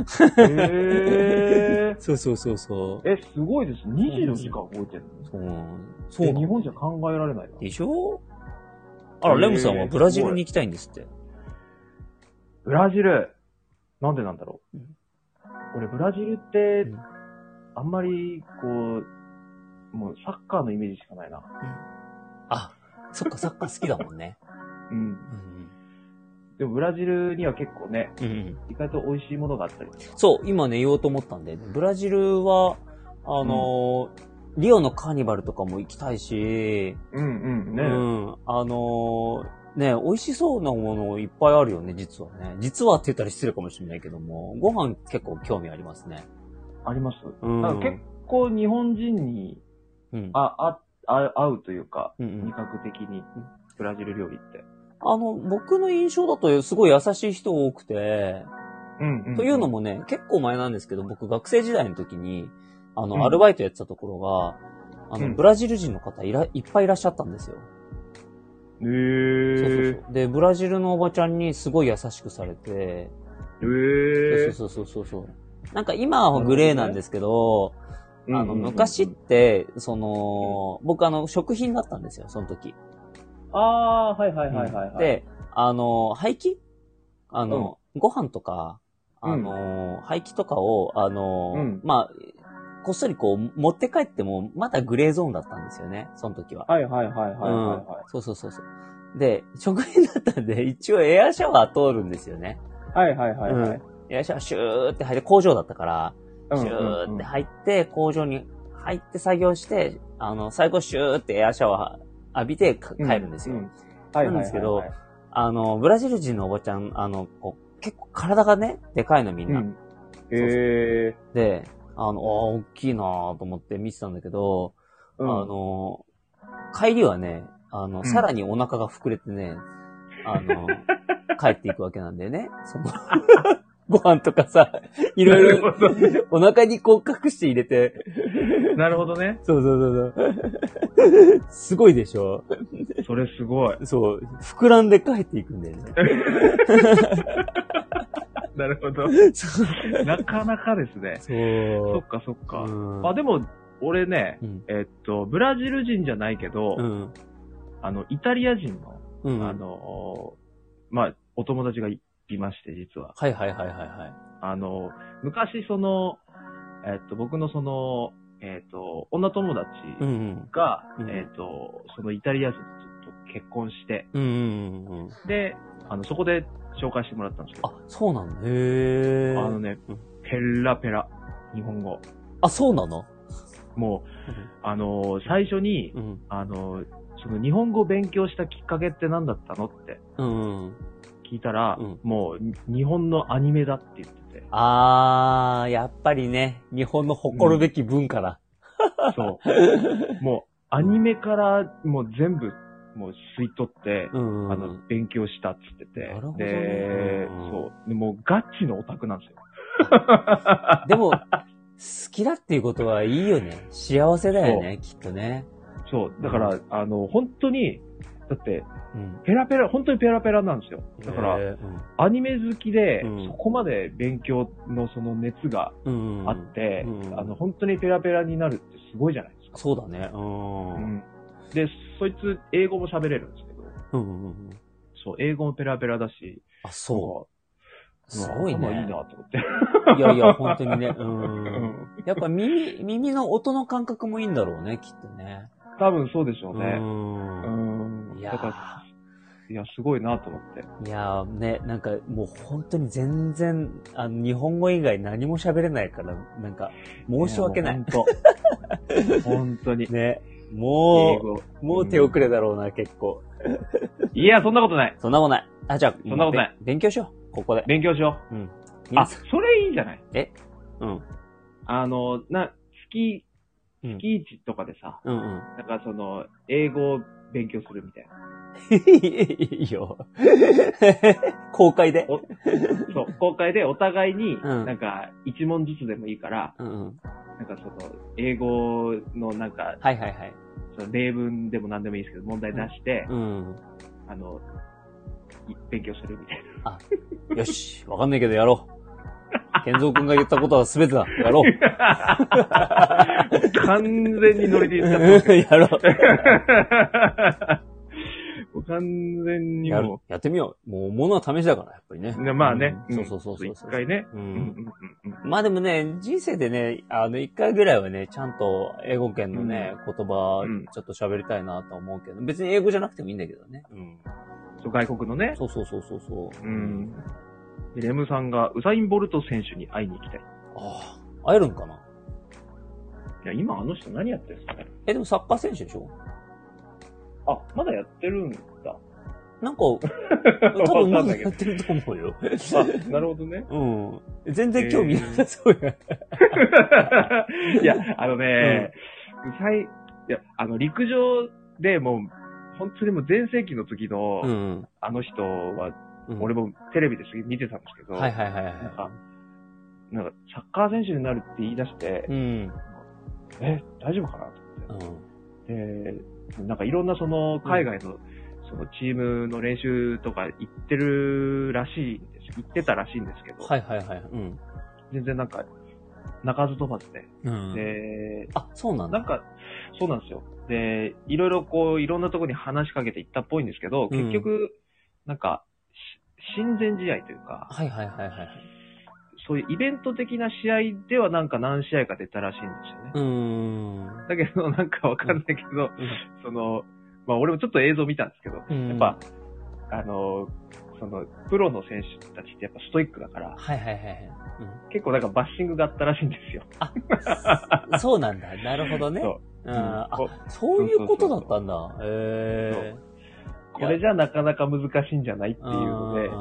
へー。 そうそうそうそう。 え、すごいです。にじゅうよじかん動いてるの？ そう。そうえなの日本じゃ考えられないな。 でしょ？あら、レムさんはブラジルに行きたいんですって。 ブラジル。なんでなんだろう。 うん俺、ブラジルってうん、 あんまり、こう、もうサッカーのイメージしかないな。 あ、そっか、サッカー好きだもんね。 うん。 うんでも、ブラジルには結構ね、 うんうん意外と美味しいものがあったり。 そう、今ね、言おうと思ったんで、ブラジルは、あのーリオのカーニバルとかも行きたいし、 うんうんね。 うん、あのーね、美味しそうなものいっぱいあるよね、実はね。実はって言ったら失礼かもしれないけども、ご飯結構興味ありますね。 あります。 うん。 だから結構日本人に、 うん。 あ、あ、あ合うというか、 うんうん味覚的に、ブラジル料理って。 あの、僕の印象だとすごい優しい人多くて、 うんうん。 というのもね、結構前なんですけど、僕学生時代の時に、あの、 うんアルバイトやってたところが、あの、 うんブラジル人の方いら、いっぱいいらっしゃったんですよ。 へー。 そうそうそう。で、ブラジルのおばちゃんにすごい優しくされて、 へー。 そうそうそうそうそう。なんか今はグレーなんですけど、 うんうんうんあの、昔って、その、僕あの、食品だったんですよ、その時。 あー、はいはいはいはい、はい。 で、あの、廃棄あの、ご飯とか、あの、廃棄とかを、あの、 うんまあ、こっそりこう、持って帰っても、まだグレーゾーンだったんですよね、その時は。 はいはいはいはいはい、 うんはい。 そうそうそうそう。で、食品だったんで、一応エアシャワー通るんですよね。 はいはいはいはい。 うんエアシャワーシューって入って、工場だったから、 うんシューって入って、工場に入って作業して、あの、最後シューってエアシャワー浴びてか帰るんですよ。 うんうんはいはいはいはい。 なんですけどあの、ブラジル人のおばちゃん、あの、こう結構体がね、でかいのみんな。 うん。へー。 で、あの、あー大きいなぁと思って見てたんだけど、 うん、 あの、帰りはね、あの、 うんさらにお腹が膨れてね、あの、帰っていくわけなんだよね。そのご飯とかさ、いろいろお腹にこう隠して入れて。 なるほどね。 そうそうそうそう。すごいでしょ？ それすごい。 そう、膨らんで帰っていくんだよね。 なるほど。なかなかですね。 そう。 そっかそっか。 うんあ、でも、俺ね、 うんえっと、ブラジル人じゃないけど、 うん。 あの、イタリア人の、 うん。 あの、まあ、お友達がいまして、実は。 はいはいはいはいはい。 あの、昔その、えっと、僕のその、えっと、女友達うんうん。 が、 うんえっと、そのイタリア人と結婚して、 うんうんうんうん。 で、あの、そこで紹介してもらったんですよ。 あ、そうなんだ。へー。 あのねうん、 ペラペラ、日本語。 あ、そうなの？ もう、あの、最初に、 うん。 あの、その日本語を勉強したきっかけって何だったのってうんうん。 聞いたら、 うんもう、に日本のアニメだって言ってて。 あー、やっぱりね、日本の誇るべき文化だ。 そう。もう、アニメからもう全部、もう吸い取って、 うんうん。 あの、勉強したっつってて。 なるほどねで、 うんそう。でもうガチのオタクなんですよ。 でも、好きだっていうことはいいよね。幸せだよね、きっとね。 そう。だから、 うあの、本当に、だって、 うん。 ペラペラ、本当にペラペラなんですよ。だから、 へーうんアニメ好きで、 うんそこまで勉強のその熱がうんうん。 あって、 うんあの、本当にペラペラになるってすごいじゃないですか。 そうだね。うん。 ううんん。で、そいつ、英語も喋れるんですけど、 うんうん。 そう、英語もペラペラだし、 あ、そすごいね。 頭いいなと思って。 いやいや、本当にね。うん。やっぱ耳、耳の音の感覚もいいんだろうね、きっとね。 多分そうでしょうね。 うん。 うん。 いやだからいや、すごいなと思って。 いやーね、なんかもう本当に全然、あの、日本語以外何も喋れないから、なんか、申し訳ない。 本当。本当に。 ね。もう、もう手遅れだろうな、うん、結構。 いや、そんなことない。 そんなことない。あ、じゃあ、 そんなことない。 勉強しよう、ここで。 勉強しよう。うん。 あ、それいいじゃない。 えうん。 あの、な、月、月一とかでさ、 うんうん。 なんかその、英語を勉強するみたいな。 いいよ。公開でそう、公開でお互いに、なんか、一問ずつでもいいから、うんうん、なんかその、英語のなんか、 はいはいはい。 その例文でも何でもいいですけど、問題出して、うん、あの、勉強するみたいな。 あ、よし、わかんないけどやろう。健三くんが言ったことは全てだ。やろう。 完全にノリで言っちゃった。 やろう。 もう完全にもう。 やる。やってみよう。もう、ものは試しだから、やっぱりね。 まあね。 うん、そうそうそうそう。 一回ね。 うん。まあでもね、人生でね、あの、一回ぐらいはね、ちゃんと英語圏のね、うん、言葉、ちょっと喋りたいなと思うけど、別に英語じゃなくてもいいんだけどね。うん。 そう、外国のね。 そうそうそうそうそう。 うん。レムさんがウサイン・ボルト選手に会いに行きたい。 ああ、会えるんかな？ いや、今あの人何やってるんですかね？ え、でもサッカー選手でしょ？ あ、まだやってるんだ。 なんか、多分まだやってると思うよ。 あ、なるほどね。 うん。全然興味なさそうや。 いや、あのね、うん、ウサイン、いや、あの、陸上でもう、本当にもう全盛期の時の、うん、あの人は、うん、俺もテレビで見てたんですけど、 はいはいはいはい。 なんか、なんかサッカー選手になるって言い出して、うん、え、大丈夫かなと思って、うん。で、なんかいろんなその海外の、うん、そのチームの練習とか行ってるらしいんです。行ってたらしいんですけど、 はいはいはい。うん、 全然なんか、鳴かず飛ばずで、 うん。 で、 あ、そうなんだ。 なんか、そうなんですよ。で、いろいろこう、いろんなところに話しかけて行ったっぽいんですけど、結局、うん、なんか、親善試合というか、 はいはいはいはい。 そういうイベント的な試合ではなんか何試合か出たらしいんですよね。 うーん。 だけどなんかわかんないけど、うん、その、まあ俺もちょっと映像見たんですけど、うん、やっぱ、あの、その、プロの選手たちってやっぱストイックだから、 はいはいはいはい。 うん、結構なんかバッシングがあったらしいんですよ。 あ、そうなんだ。なるほどね。そう。うん、あ、そういうことだったんだ。へー。 これじゃなかなか難しいんじゃないっていうので、うん、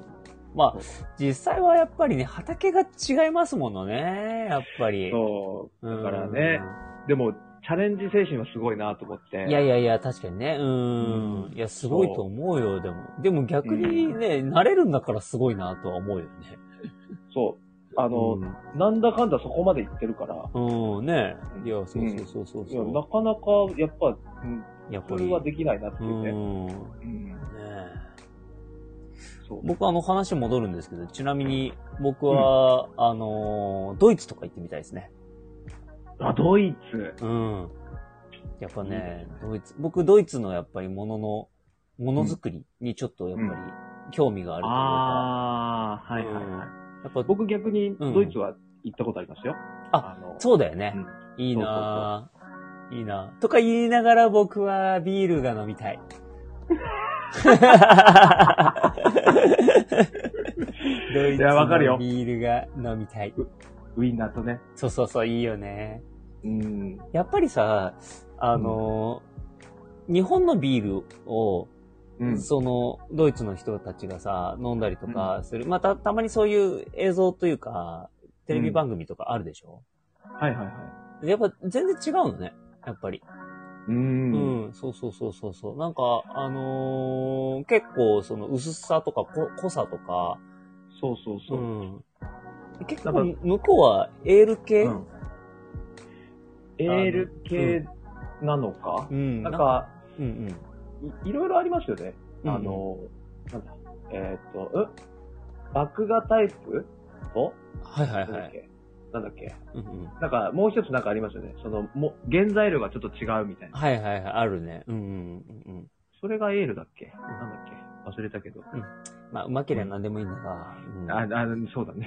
まあ、実際はやっぱりね、畑が違いますものね、やっぱり。 そう。だからね、でも、チャレンジ精神はすごいなと思って。 いやいやいや、確かにね。うん。うん、いや、すごいと思うよ、でも。でも逆にね、うん、慣れるんだからすごいなとは思うよね。 そう。あの、うん、なんだかんだそこまで行ってるから。 うん、ね。いや、そうそうそうそうそう、 いや、なかなか、やっぱ、うんやっぱり。それはできないなっていうね。うん。うん、ねそう。僕あの話戻るんですけど、ちなみに僕は、うん、あの、ドイツとか行ってみたいですね。 あ、ドイツ。 うん。やっぱね、ドイツ、僕ドイツのやっぱりものの、ものづくりにちょっとやっぱり興味があるというか。 ああ、はいはいはい。うん、やっぱ僕逆にドイツは行ったことありますよ。うん、 あ、あのそうだよね。うん、いいなぁ。そうそうそういいな。とか言いながら僕はビールが飲みたい。ドイツのビールが飲みたい。 ウインナーとね。 そうそうそう、いいよね。 うん。 やっぱりさ、あの、うん、日本のビールを、うん、その、ドイツの人たちがさ、飲んだりとかする。うん、また、たまにそういう映像というか、テレビ番組とかあるでしょ？ うん、はいはいはい。 やっぱ全然違うのね。やっぱり。 うーん。 うん。そうそうそうそうそう。なんか、あのー、結構、その、薄さとかこ濃さとか。 そうそうそう。うん。 結構、向こうはエール系、うん、 エール系なのか、うん、なんか、うんうん、い, いろいろありますよね。うん、あの、なんだ、えっ、ー、と、ん麦芽タイプとはいはいはい。 なんだっけ、うんうん、なんか、もう一つなんかありますよね。その、も、原材料がちょっと違うみたいな。 はいはいはい、あるね。うんうんうんうん。 それがエールだっけ、うん、なんだっけ忘れたけど。 うん、 まあ、うまければ何でもいいんだが。うん、 あ、あ、そうだね。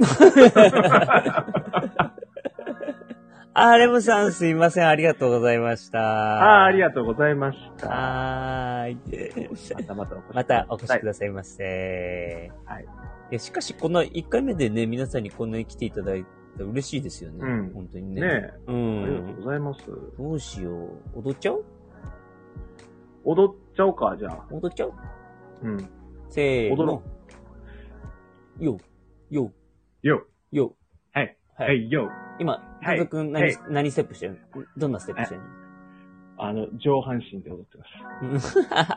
あ、レムさんすいません。ありがとうございました。 ああ、ありがとうございました。 はーい。 またまたお越しください。 またお越しくださいませ。はい。いや、しかし、このいっかいめでね、皆さんにこんなに来ていただいて嬉しいですよね。うん。本当にね。 ねえ。 うん。 ありがとうございます。 どうしよう。踊っちゃう？ 踊っちゃおうか、じゃあ。 踊っちゃう？ うん。 せーの。 踊ろう。よ、よ、 よ、 よ。 はい。はい、よ。 今、カズくん何、何ステップしてる？どんなステップしてるの？ あの、上半身で踊ってます。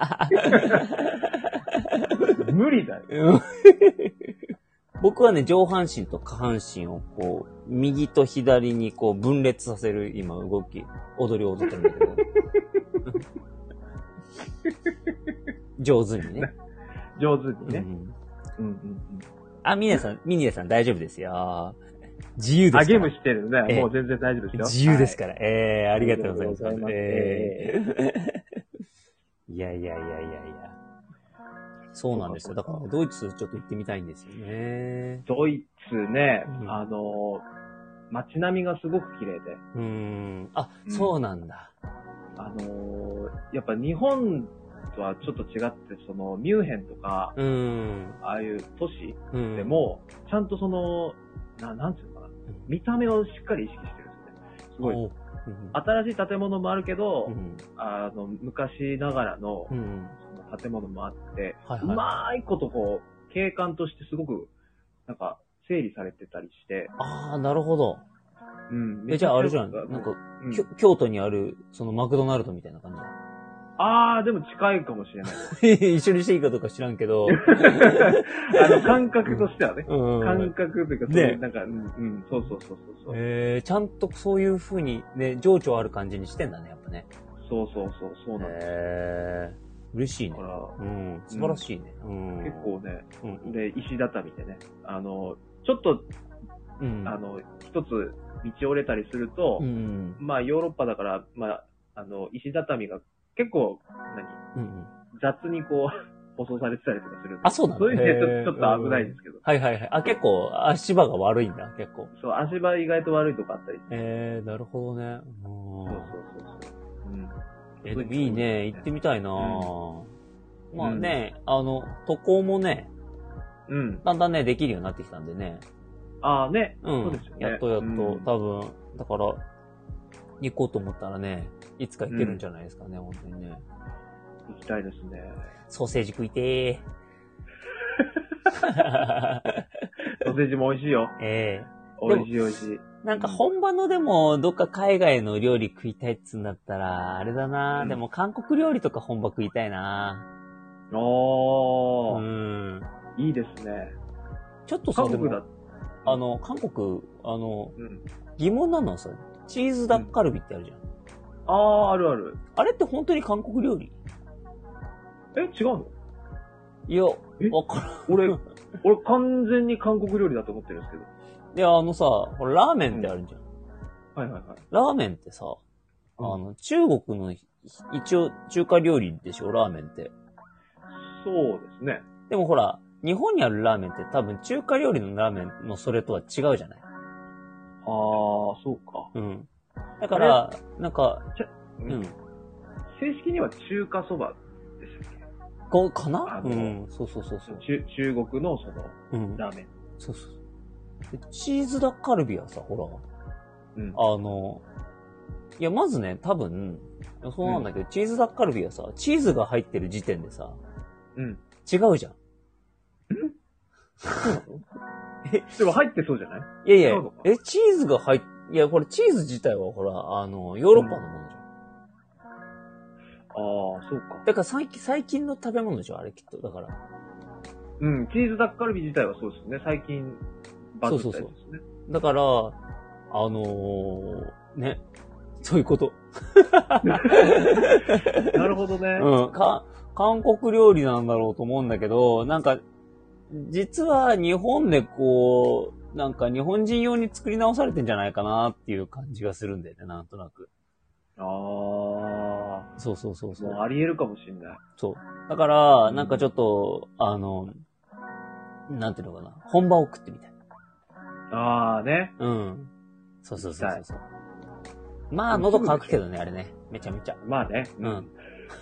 無理だよ。 僕はね、上半身と下半身をこう、右と左にこう分裂させる今動き、踊りを踊ってるんだけど。上手にね。 上手にね。うん。うんうんうん。 あ、ミネさん、ミネさん大丈夫ですよ。自由ですから。あ、 ゲームしてるね。もう全然大丈夫ですよ。 自由ですから。はい、ええー、ありがとうございます。ますえー、いやいやいやいやいや。そうなんですよ。だから、ドイツちょっと行ってみたいんですよね。 ドイツね、うん、あの、街並みがすごく綺麗で。 うーん。あ、うん、そうなんだ。 あの、やっぱ日本とはちょっと違って、その、ミュンヘンとか、うん、ああいう都市でも、うん、ちゃんとその、な、なんていうのかな、見た目をしっかり意識してるんですよね。すごい。うん、新しい建物もあるけど、うん、あの、昔ながらの、うん、その建物もあって、はいはい、うまいことこう、景観としてすごく、なんか、整理されてたりして。 ああ、なるほど。 うん。 え、じゃああれじゃん。なんか、うん、京都にある、そのマクドナルドみたいな感じ。 あー、でも近いかもしれない。 一緒にしていいかどうか知らんけど。 あの、感覚としてはね。うん、感覚というか、そういう、ね、なんか、うん、うん、そうそうそうそう。 えー、ちゃんとそういう風にね、情緒ある感じにしてんだね、やっぱね。 そうそうそう、そうなんですよ。 えー、嬉しいね。うん、素晴らしいね。うん、 結構ね、うん、で、石畳でね、あの、ちょっと、うん、あの、一つ道折れたりすると、うん、まあ、ヨーロッパだから、まあ、あの、石畳が結構、何、うんうん、雑にこう、舗装されてたりとかするんで。 あ、そうなんだ。 そういう意味でちょっと危ないんですけど。 はいはいはい。あ、結構、足場が悪いんだ、結構。 そう、足場意外と悪いとこあったりして。 えー、なるほどね。 そうそうそうそう。うん。 えー、でもいいね。行ってみたいなぁ、うん。まあね、あの、渡航もね、うん。だんだんね、できるようになってきたんでね。 ああね。 うん。そうですよね。やっとやっと、うん、多分、だから、行こうと思ったらね、いつか行けるんじゃないですかね、うん、本当にね。 行きたいですね。 ソーセージ食いてー。 ソーセージも美味しいよ。 ええー。美味しい美味しい。 なんか本場のでも、どっか海外の料理食いたいっつうんだったら、あれだな、うん、でも韓国料理とか本場食いたいな。 おー。 うん。 いいですね。 ちょっとさ、 韓国だ。 あの、韓国、あの、うん、疑問なのはさ、チーズダッカルビってあるじゃん。うん、 あー、あるある。 あれって本当に韓国料理？ え、違うの？ いや、わからん。 俺、俺完全に韓国料理だと思ってるんですけど。 いや、あのさ、ほら、ラーメンってあるじゃん。 うん、はいはいはい。 ラーメンってさ、あの、中国の一応中華料理でしょ、ラーメンって。 そうですね。 でもほら、日本にあるラーメンって多分中華料理のラーメンのそれとは違うじゃない。 あー、そうか。 うん。だから、なんか、うん。 正式には中華そばでしたっけ？ こかな？うん。そうそうそうそう。 中、中国のその、うん、ラーメン。 そうそう。チーズダッカルビはさ、ほら、うん、あの、いや、まずね、多分、そうなんだけど、うん、チーズダッカルビはさ、チーズが入ってる時点でさ、うん。違うじゃん。 え、でも入ってそうじゃない？ いやいや、え、チーズが入っ、いや、これチーズ自体はほら、あの、ヨーロッパのものじゃん。うん、 ああ、そうか。 だから最近、最近の食べ物でしょ、あれきっと。だから。 うん、チーズダッカルビ自体はそうですね。最近、バズったやつですね。そうそうそう。 だから、あのー、ね。そういうこと。 なるほどね。 うん。か、韓国料理なんだろうと思うんだけど、なんか、実は日本でこう、なんか日本人用に作り直されてんじゃないかなっていう感じがするんだよね、なんとなく。 ああ。 そうそうそうそう。 あり得るかもしんない。 そう。だから、なんかちょっと、うん、あの、 なんていうのかな。本場を食ってみたい。 あーね。 うん。そうそうそうそうそう。まあ、喉乾くけどね、あれね。めちゃめちゃ。 まあね。 うん。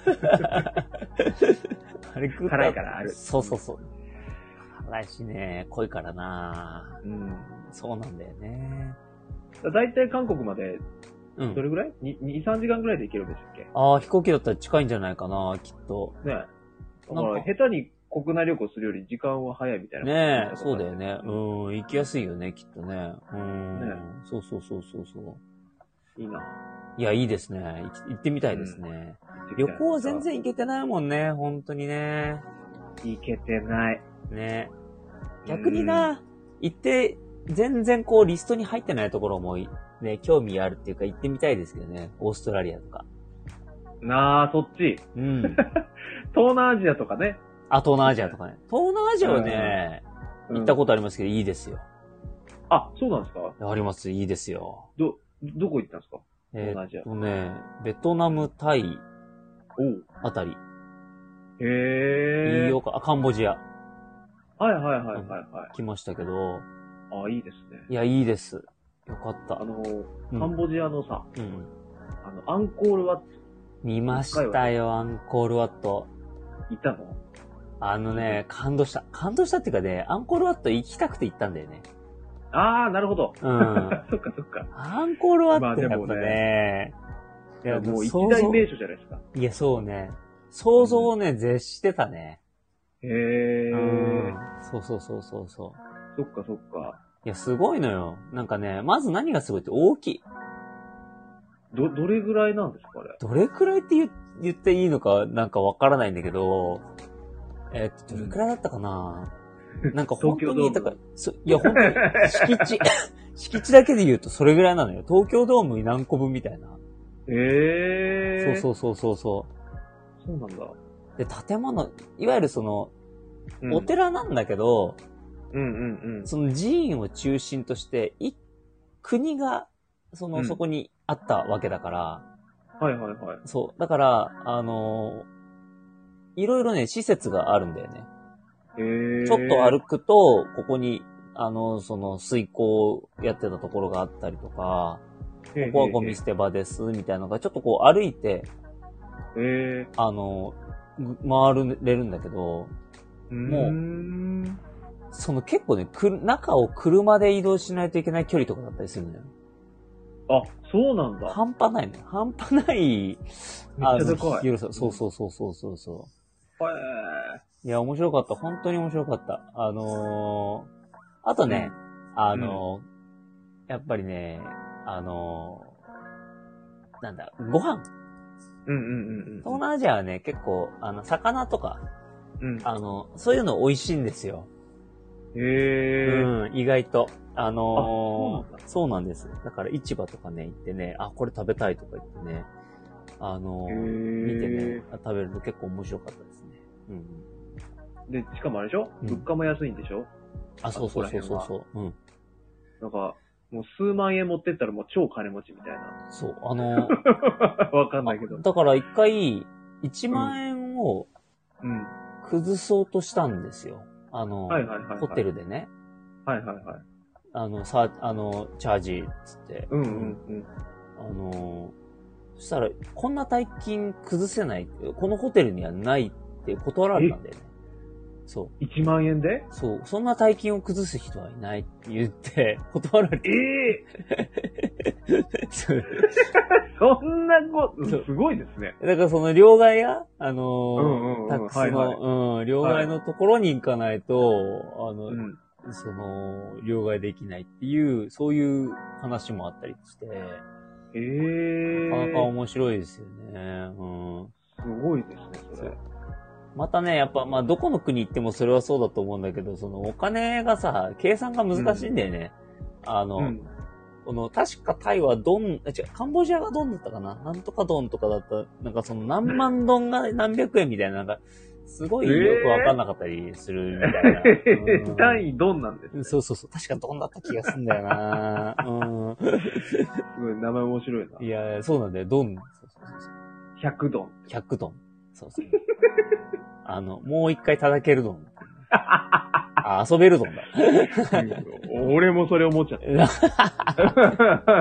あれ食った辛いからある。 そうそうそう。辛いしね、濃いからな。 うん。 そうなんだよね。 だいたい韓国まで、 うん。 どれぐらい ?に、さんじかんぐらいで行けるんでしたっけ？ ああ、飛行機だったら近いんじゃないかな、きっと。 ねえ。だから下手に国内旅行するより時間は早いみたいな。 ねえ、そうだよね。うん、行きやすいよね、きっとね。うん。ね、そうそうそうそうそう。いいな。いや、いいですね。行ってみたいですね。うん、旅行は全然行けてないもんね、本当にね。 行けてない。 ね。逆にな、行って、全然こうリストに入ってないところもね、興味あるっていうか行ってみたいですけどね。オーストラリアとか。 なあ、そっち。 うん。 東南アジアとかね。 あ、東南アジアとかね。東南アジアはね、うん、行ったことありますけど、いいですよ。 あ、そうなんですか？ あります、いいですよ。 ど、どこ行ったんですか？ 東南アジア。えー、っとね、ベトナム、タイ、あたり。 へえ。 いいよか、あ、カンボジア。 はいはいはいはいはい。 来ましたけど。 あ、いいですね。 いや、いいです。よかった。 あの、カンボジアのさ、 うん、 あの、アンコールワット。 見ましたよ、アンコールワット。 行ったの？ あのね、感動した。感動したっていうかね、アンコールワット行きたくて行ったんだよね。 あー、なるほど。 うん。 そっかそっか。 アンコールワットやっぱね、 いや、もう一大名所じゃないですか。 いや、そうね。想像をね、うん、絶してたね。 へー。うん。 そうそうそうそうそう。 そっかそっか。 いや、すごいのよ。なんかね、まず何がすごいって大きい。 ど、どれぐらいなんですか、あれ。 どれくらいって言、言っていいのかなんかわからないんだけど、えー、っと、どれくらいだったかな、うん、なんか本当に、だから、そいや、本当に、敷地、敷地だけで言うとそれぐらいなのよ。東京ドーム何個分みたいな。 ええー。 そうそうそうそう。 そうなんだ。 で、建物、いわゆるその、うん、お寺なんだけど、 うんうんうん。 その寺院を中心として、い、国が、その、うん、そこにあったわけだから、 はいはいはい。 そう。だから、あのー、いろいろね、施設があるんだよね。 へー。 ちょっと歩くと、ここに、あの、その、水溝をやってたところがあったりとか、ここはゴミ捨て場です、みたいなのが、ちょっとこう歩いて、 へー。 あの、回れるんだけど、もう、その結構ね、く、中を車で移動しないといけない距離とかだったりするのよ。 あ、そうなんだ。 半端ないね。半端ない。 めっちゃでかい。 広さ。そうそうそうそうそうそう。 へー。いや、面白かった。本当に面白かった。あのー、あとね、うん、あのー、うん、やっぱりね、あのー、なんだ、ご飯。 うんうんうんうん。 東南アジアはね、結構、あの、魚とか、 うん、 あの、そういうの美味しいんですよ。 へー。 うん、意外と。あのー、そうなんです。だから市場とかね、行ってね、あ、これ食べたいとか言ってね、あのー、見てね、食べると結構面白かったですね。 うん。で、しかもあれでしょ、うん、物価も安いんでしょ？ あ、そうそうそうそうそう。うん。 なんか、もう数万円持ってったらもう超金持ちみたいな。 そう、あのー、 わかんないけど。 だから一回、いちまん円を、 うん。 崩そうとしたんですよ。あの、 はいはいはいはい、 ホテルでね。 はいはいはい。 あの、さ、あの、チャージ、つって。 うんうんうん。 あの、そしたら、こんな大金崩せない。このホテルにはないって断られたんだよね。そう。 いちまん円で？ そう。そんな大金を崩す人はいないって言って、断られて。 ええー、そんなこと、すごいですね。 だからその両替屋あのー、 うんうんうん、 タックスの、 はいはい、 うん、両替のところに行かないと、はい、あの、 うん、 その、両替できないっていう、そういう話もあったりして、 えー、 なかなか面白いですよね。うん。 すごいですね、それ。 またね、やっぱ、まあ、どこの国行ってもそれはそうだと思うんだけど、そのお金がさ、計算が難しいんだよね。うん、あの、うん、この、確かタイはドン、違う、カンボジアがドンだったかな、なんとかドンとかだった、なんかその何万ドンが何百円みたいな、なんか、すごいよくわかんなかったりするみたいな。 えーうん、単位ドンなんですね。 そうそうそう。確かドンだった気がするんだよな。うん。 すごい、名前面白いな。 いや、そうなんだよ、ドン。そうそうそう。 ひゃくドン。 ひゃくドン。そうそう。あの、もう一回叩けるドン。 あ、遊べるぞんだ。 俺もそれ思っちゃった。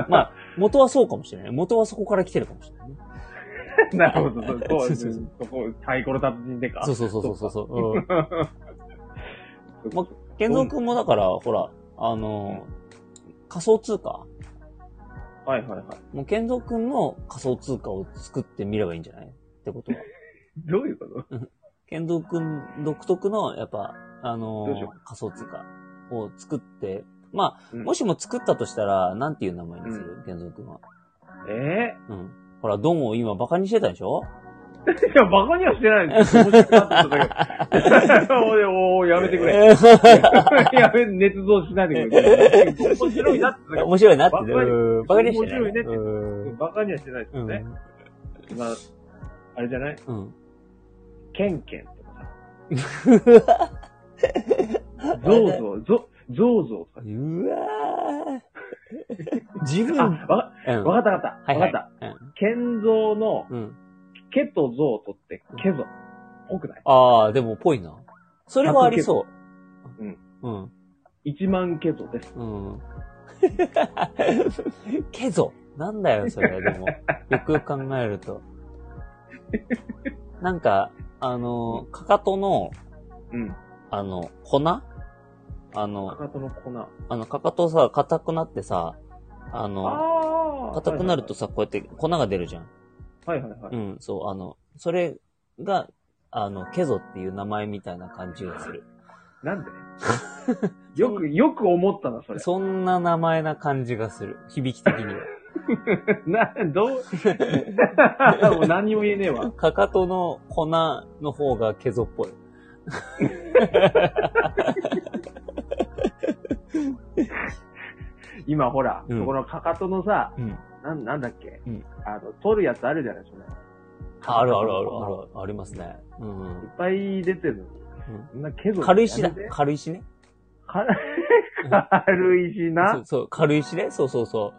まあ、元はそうかもしれない。元はそこから来てるかもしれないね。 なるほど、そうそうそう。そこ、太鼓の達人でか。 そうそうそうそうそう。うん、まあ、健三くんもだから、ほら、あの、仮想通貨。 はいはいはい。 もう健三くんの仮想通貨を作ってみればいいんじゃないってことは。 どういうこと健三くん独特の、やっぱ、あのー、仮想通貨を作って、まあ、うん、もしも作ったとしたら、なんていう名前にする健三くんは。 ええー、うん。ほら、ドンを今バカにしてたでしょいや、バカにはしてないんですよ。面白かったんだけど。おー、やめてくれ。やめ、捏造しないでくれ。面白いなって。 面白いなって。バカにはしてない。 面白いねって。バカにはしてないですよね。まあ、あれじゃないうん。ケンケンとかさ。ゾウゾウ、ゾ、ゾウゾウとか。 うわー。自分。 あ、わか、わかったわかった。わかった。健三の、ケとゾを取って、ケゾ。ぽくないああ、でもぽいな。それはありそう。 うん。うん。一万ケゾです。うん。 ケゾなんだよ、それ。でも、よくよく考えると。なんか、あの、かかとの、うん。あの、粉あの、 かかとの粉。 あの、かかとさ、硬くなってさ、あの、硬くなるとさ、こうやって粉が出るじゃん。 はいはいはい。 うん、そう、あの、それが、あの、ケゾっていう名前みたいな感じがする。 なんでよく、よく思ったな、それ。 そんな名前な感じがする。響き的には。 な、どうもう何にも言えねえわ。 かかとの粉の方がケゾっぽい。 今ほら、うん、そこのかかとのさ、うん、な, なんだっけ、うん、あの、取るやつあるじゃないですかね。 あるあるあるある、ありますね。うん、 いっぱい出てるのに。 うん、な軽石だ。軽石ね。 軽石な、 そうそう、軽石ね。そうそうそう。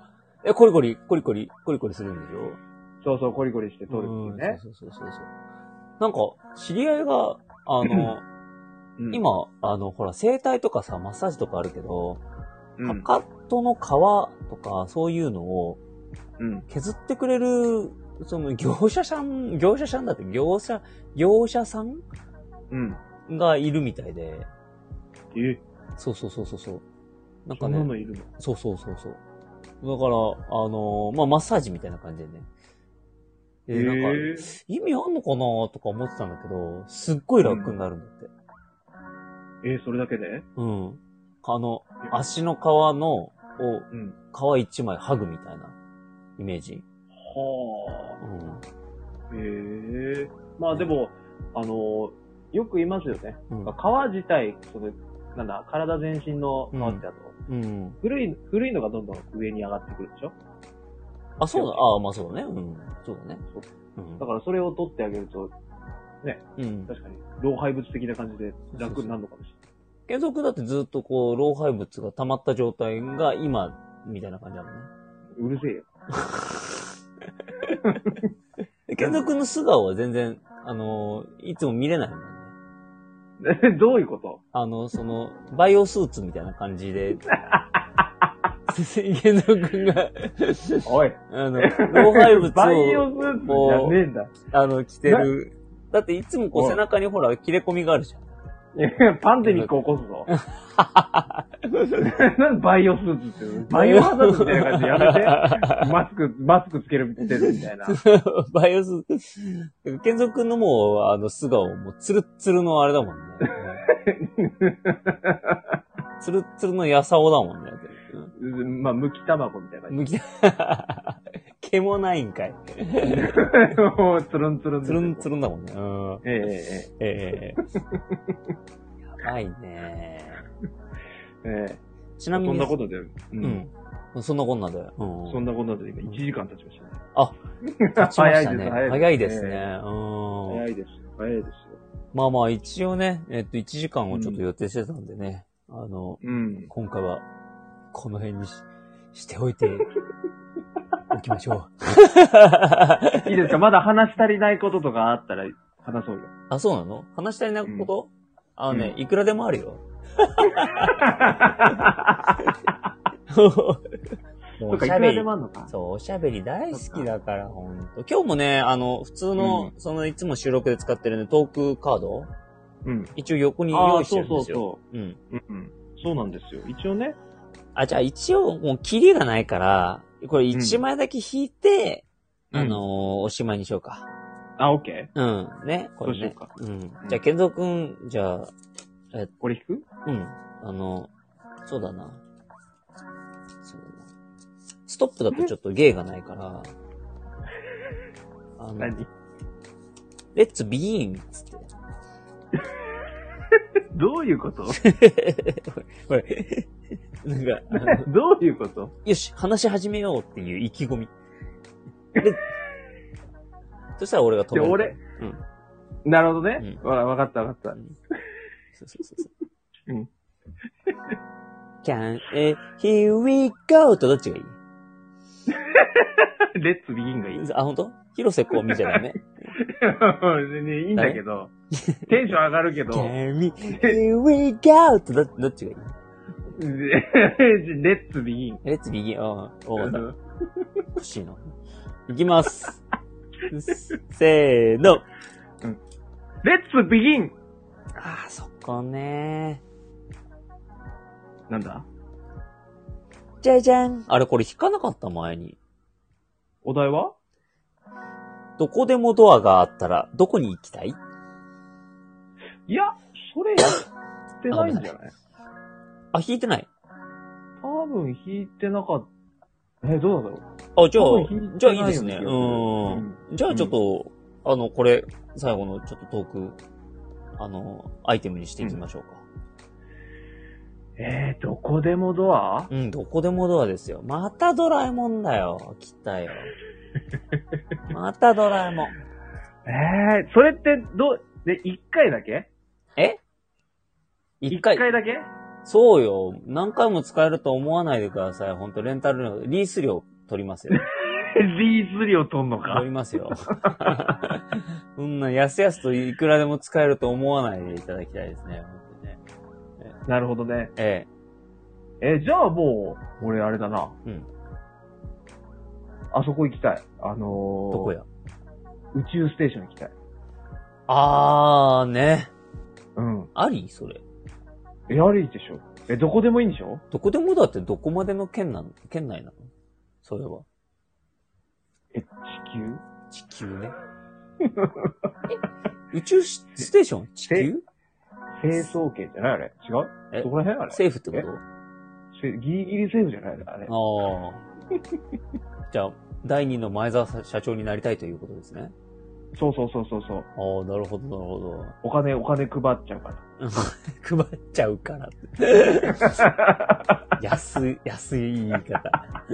え、コリコリ、コリコリ、コリコリするんでしょそうそう、コリコリして取るっていうね。 そうそうそうそう。なんか、知り合いが、あの、うん、今、あの、ほら、整体とかさ、マッサージとかあるけど、かかとの皮とか、そういうのを、削ってくれる、その、業者さん、業者さんだって、業者、業者さんうん。がいるみたいで。 えそうそうそうそうそう。 なんかね。そんなのいるの？ そうそうそうそう。だから、あのー、まあ、マッサージみたいな感じでね。で、えー、なんか、意味あんのかなとか思ってたんだけど、すっごい楽になるんだって。 うん、えー、それだけで？ うん。あの、足の皮の、を、うん、皮一枚剥ぐみたいなイメージ。 はあ。うん。へえ。まあでも、あのー、よく言いますよね。うん、皮自体、その、なんだ、体全身の皮ってあと、うんうん、古い、古いのがどんどん上に上がってくるでしょ？ あ、そうだ。ああ、まあそうだね。うん。そうだね。そう。 うん、だからそれを取ってあげると、ね。うん。確かに、老廃物的な感じで楽になるのかもしれない。 継続だってずっとこう、老廃物が溜まった状態が今、みたいな感じだもんね。 うるせえよ。 継続の素顔は全然、あのー、いつも見れないもんね。 え、どういうこと？ あの、その、バイオスーツみたいな感じで、池野くんが、 おい。 あの、老廃物を、 バイオスーツじゃねえんだ。 あの、着てる。だっていつもこう背中にほら、切れ込みがあるじゃん。 パンデミック起こすぞ。なんでバイオスーツってバイオハザードみたいな感じでやめて。マスク、マスクつけるみたいな。 バイオスーツ。ケンゾくんのもう、あの、素顔、もう、ツルッツルのあれだもんね。ツルッツルのヤサオだもんね。 まあ、むき卵みたいな感じ。むき、 毛もないんかい。 もう、つるんつるん。 つるんつるんだもんね。うん。 ええええ。ええ。やばいね。 ええ。 ちなみに。 そんなことで。うん。 うん、そんなこんなで。 うん。そんなこんなで今いちじかん経ちましたね。 あ、経ちましたね。早いですね。 早いです。早いですよ。 まあまあ、一応ね、えっと、いちじかんをちょっと予定してたんでね。あの、うん、今回は、この辺に し, しておいておきましょう。いいですか？まだ話し足りないこととかあったら話そうよ。 あ、そうなの？話し足りないこと、うん、あのね、うん、いくらでもあるよ。 もそうか、いくらでもあんのか。 そう、おしゃべり大好きだから、ほんと。今日もね、あの、普通の、うん、その、いつも収録で使ってるね、トークカードうん。一応横に用意してるんですよ。 そうそうそう。うん。うん。そうなんですよ。一応ね。 あ、じゃあ一応、もう、キリがないから、これ一枚だけ引いて、うん、あのー、おしまいにしようか。 あ、オッケーうん。ね。これね。 どうしようか。 うん。じゃあ、健三くん、じゃあ、 え、これ引く？ うん。あの、そうだな。そうだな。ストップだとちょっと芸がないから、あの、 何？ レッツビギンつって。 どういうことこれ、なんか、 どういうこと？ よし、話し始めようっていう意気込み。でそしたら俺が止める。 俺、うん。なるほどね。うん、わかったわかった。うん、そうそうそうそう。うん。 can, え、here we go とどっちがいい？ レッツビギンがいい。 あ、ほんと？広瀬香美じゃダメ？ね、 いいんだけど。テンション上がるけど。 can we, here we go とど、どっちがいい？ レッツビギン。 レッツビギン。ああ、わかった。欲しいな。いきます。せーの。 うん。レッツビギン。 ああ、そこねー。なんだ？ じゃじゃん。あれこれ引かなかった前に。 お題は？ どこでもドアがあったらどこに行きたい？ いや、それやってないんじゃない？ あ、引いてない？ 多分引いてなかった。え、どうだろう？ あ、じゃあ、じゃあいいですね。うん。うん、じゃあちょっと、うん、あの、これ、最後のちょっとトーク、あの、アイテムにしていきましょうか。 うん、えー、どこでもドア？ うん、どこでもドアですよ。またドラえもんだよ。来たよ。またドラえもん。 えー、それって、ど、で、一回だけ？ え？一回。 一回だけ？ そうよ。何回も使えると思わないでください。ほんと、レンタル料、リース料取りますよ。 リース料取んのか？ 取りますよ。そんな、やすやすといくらでも使えると思わないでいただきたいですね。本当にね。 なるほどね。 ええ。え、じゃあもう、俺あれだな。 うん。 あそこ行きたい。あのー、 どこや？ 宇宙ステーション行きたい。 あーね。 うん。 あり？それ。 え、ありでしょ。え、どこでもいいんでしょ？ どこでもだってどこまでの県なの？県内なの？それは。 え、地球？ 地球ね。え、宇宙ステーション？地球？ 成層圏じゃないあれ？違う？え、どこら辺あれ？ セーフってこと？ ギリギリセーフじゃないあれ？ああ。じゃあ、第二の前澤社長になりたいということですね。 そうそうそうそうそう。 ああ、なるほど、なるほど。 お金、お金配っちゃうから。 配っちゃうからって。安い、安い言い方。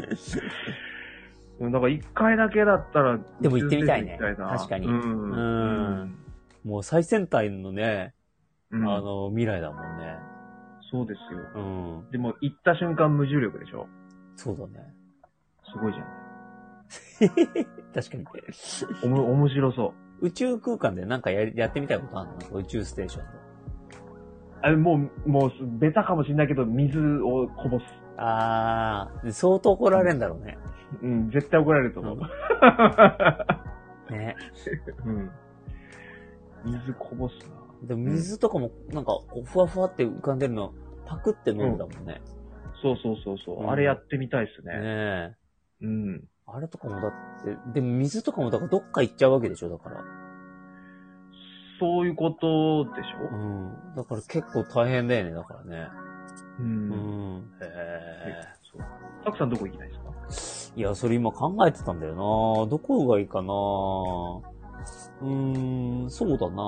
だから一回だけだったら。 でも行ってみたいね。確かに。 うん。 うん。もう最先端のね、うん、あの、未来だもんね。 そうですよ。 うん。 でも行った瞬間無重力でしょ？ そうだね。 すごいじゃん。 確かに。 おも、面白そう。 宇宙空間でなんかや、やってみたいことあるの？宇宙ステーションで。 あれ、もう、もう、ベタかもしれないけど、水をこぼす。 あー、相当怒られるんだろうね。 うん、うん、絶対怒られると思う。 うん、ね。 うん。水こぼすな。 でも水とかも、なんか、ふわふわって浮かんでるの、パクって飲んだもんね。 うん、そうそうそうそう、うん。あれやってみたいっすね。 ねえ。 うん。 あれとかもだって、でも水とかもだからどっか行っちゃうわけでしょ、だから。 そういうことでしょ？ うん。だから結構大変だよね、だからね。 うん。 うん。へえ。 そう。たくさんどこ行きたいですか？ いや、それ今考えてたんだよな。どこがいいかな。うーん、そうだな。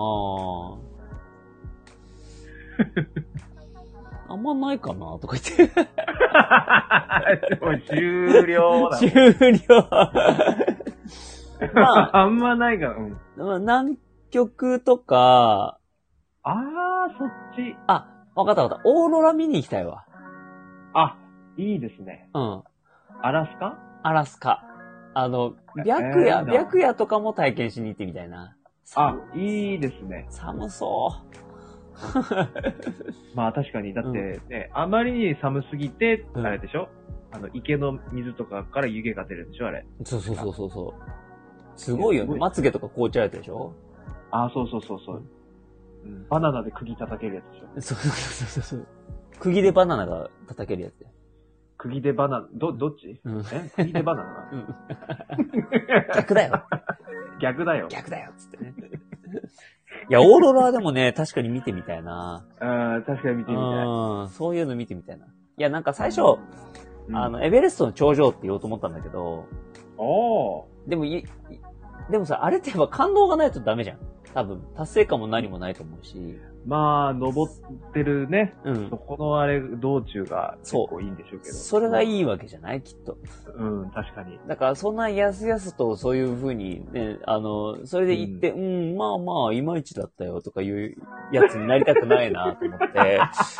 あんまないかなとか言って。 もう終了だ。 終了。まあ、 あんまないかな。うん。 まあ、南極とか。 あー、そっち。 あ、わかったわかった。オーロラ見に行きたいわ。 あ、いいですね。 うん。 アラスカ？ アラスカ。あの、白夜、白夜とかも体験しに行ってみたいな。 あ、いいですね。 寒そまあ確かに、だってね、うん、あまりに寒すぎて、あれでしょ、うん、あの、池の水とかから湯気が出るんでしょあれ。 そうそうそうそうそう。すごいよね。まつげとか凍っちゃうやつでしょ。 ああ、そうそうそうそう、うん。バナナで釘叩けるやつでしょ。 そうそうそうそう。釘でバナナが叩けるやつで。 釘でバナナ、ど、どっち、うん、え釘でバナナ、うん、 逆だよ。 逆だよ。 逆だよっつってね。いや、オーロラでもね、確かに見てみたいな。 ああ、確かに見てみたい。 うん、そういうの見てみたいな。いや、なんか最初、うん、あの、エベレストの頂上って言おうと思ったんだけど、 おー。 でもい、でもさ、あれってやっぱ感動がないとダメじゃん。多分、達成感も何もないと思うし。 まあ、登ってるね。 うん。 そこのあれ、道中が結構いいんでしょうけど。 それがいいわけじゃないきっと。 うん、確かに。 だから、そんなやすやすとそういう風にね、あの、それで言って、うん、うん、まあまあ、いまいちだったよとかいうやつになりたくないなと思って。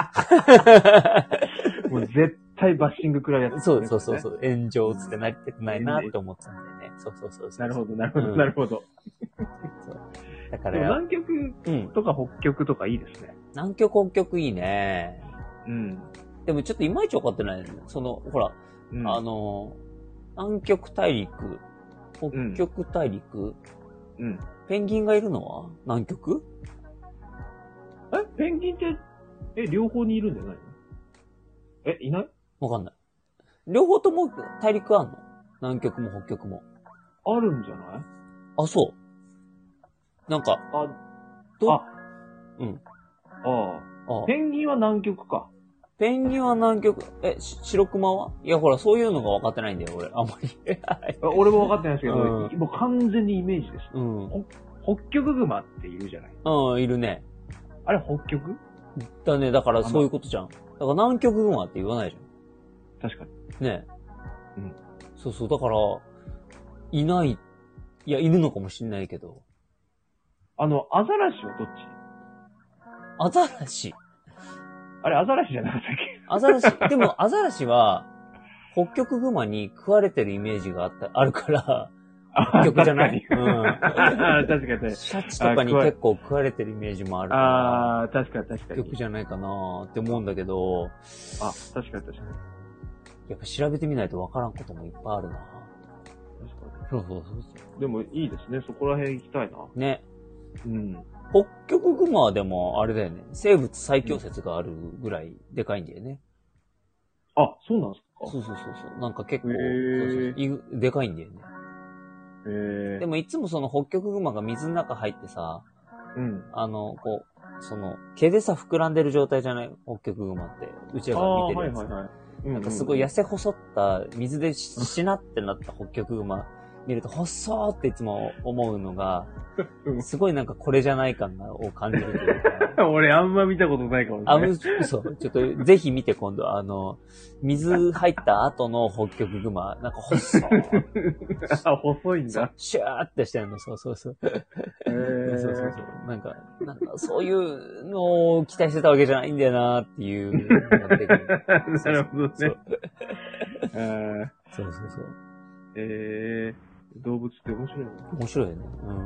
もう絶対バッシング食らうやつ、ね。 そうそうそうそう。炎上つってなりたくないなって思ったんだよね。そうそうそうそう。 なるほど、なるほど、なるほど。 そうだから南極とか北極とかいいですね。うん、 南極北極いいね。 うん。 でもちょっといまいち分かってないね。その、ほら、うん、あの、南極大陸、北極大陸、 うん。 ペンギンがいるのは南極？ えペンギンって、え、両方にいるんじゃないの？え、いない？ わかんない。両方とも大陸あんの？南極も北極も。 あるんじゃない？ あ、そう。なんか、 あ、 ど、 あ、 うん。 ああ。ペンギンは南極か。 ペンギンは南極、え、し、白熊はいや、ほら、そういうのが分かってないんだよ、俺。あんまり。俺も分かってないですけど、うん、もう完全にイメージです。 うん。 北極熊っているじゃない？ うん、いるね。 あれ、北極？ だね、だからそういうことじゃん。だから南極熊って言わないじゃん。確かに。 ねえ。うん。 そうそう、だから、いない、いや、いるのかもしんないけど。 あの、アザラシはどっち？ アザラシあれ、アザラシじゃなかったっけ？ アザラシ、でもアザラシは、北極熊に食われてるイメージがあった、あるから、北極じゃない？うん。 あ確かに。 シャチとかに結構食われてるイメージもあるから。 ああ、確かに確かに。 北極じゃないかなって思うんだけど。 あ、確かに確かに。 やっぱ調べてみないとわからんこともいっぱいあるな。確かに。 そうそうそうそう。 でもいいですね。そこら辺行きたいな。 ね。 うん。 北極熊はでも、あれだよね。生物最強説があるぐらいでかいんだよね。 あ、そうなんですか？ そうそうそうそう。なんか結構、 へー、 そうそうでかいんだよね。 へー。 でもいつもその北極熊が水の中入ってさ、 うん。 あの、こう、その、毛でさ膨らんでる状態じゃない北極熊って。うちらが見てるやつ。はいはいはい。うんうん、なんかすごい痩せ細った、水でしなってなった北極熊見ると、細ーっていつも思うのが、すごいなんかこれじゃない感を感じるというか。 俺あんま見たことないかもしれない。 あ、嘘。ちょっとぜひ見て今度、あの、水入った後の北極熊、なんか細ー。 あ、細いんだ。 シューってしてるの、そうそうそう。 へー、 そうそうそう。なんか、なんかそういうのを期待してたわけじゃないんだよなっていうのが出てくる。 なるほどね。 そうそうそうそう。 えー、動物って面白いね。 面白いよね。うん。 うん。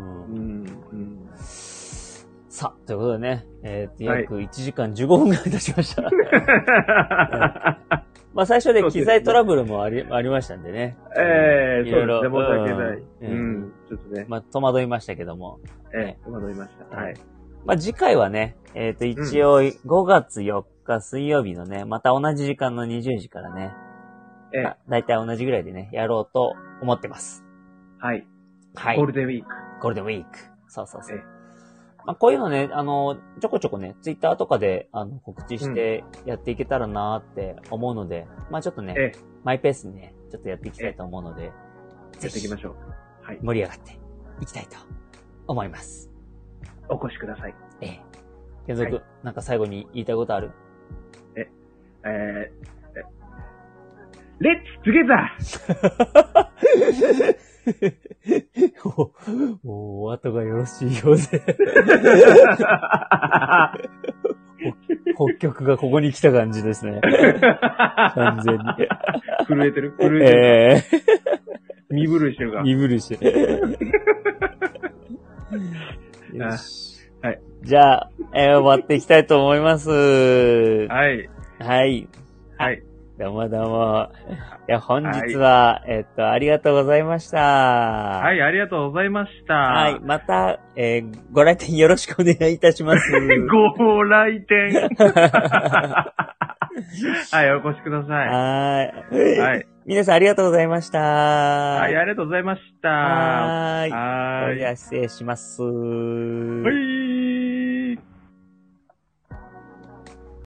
うん。 さあ、ということでね、えー、約いちじかんじゅうごふんぐらい経ちました。まあ最初で機材トラブルもあり、ありましたんでね。 ええー、 いろいろ。 そうですね、申し訳ない。 うん。 うん、ちょっとね。 まあ戸惑いましたけども。 ええー、戸惑いました。はい。 まあ次回はね、えっと一応ごがつよっか水曜日のね、また同じ時間のにじゅうじからね、ええ。だいたい同じぐらいでね、やろうと思ってます。 はい。 はい。 ゴールデンウィーク。 ゴールデンウィーク。そうそうそう。ええ。まあ、こういうのね、あの、ちょこちょこね、ツイッターとかで、あの、告知してやっていけたらなーって思うので、うん、まあちょっとね、ええ、マイペースにね、ちょっとやっていきたいと思うので、 やっていきましょう。はい。 盛り上がっていきたいと思います。 お越しください。 ええ。継続、はい、なんか最後に言いたいことある？ え、えー、え、レッツトゥゲザーお、お後がよろしいようで。北極がここに来た感じですね。完全に。 震えてる震えてる、えー、身震いしてるか。 身震いしてる。よし。はい。じゃあ、 えー、終わっていきたいと思います。 はい。 はい。 はい。 どうもどうも。いや、本日は、はい、えっと、ありがとうございました。 はい、ありがとうございました。 はい、また、えー、ご来店よろしくお願いいたします。 ご来店はい、お越しください。 はい。はい。皆さんありがとうございました。 はい、ありがとうございました。 はい。 はい。 それでは失礼します。 はい。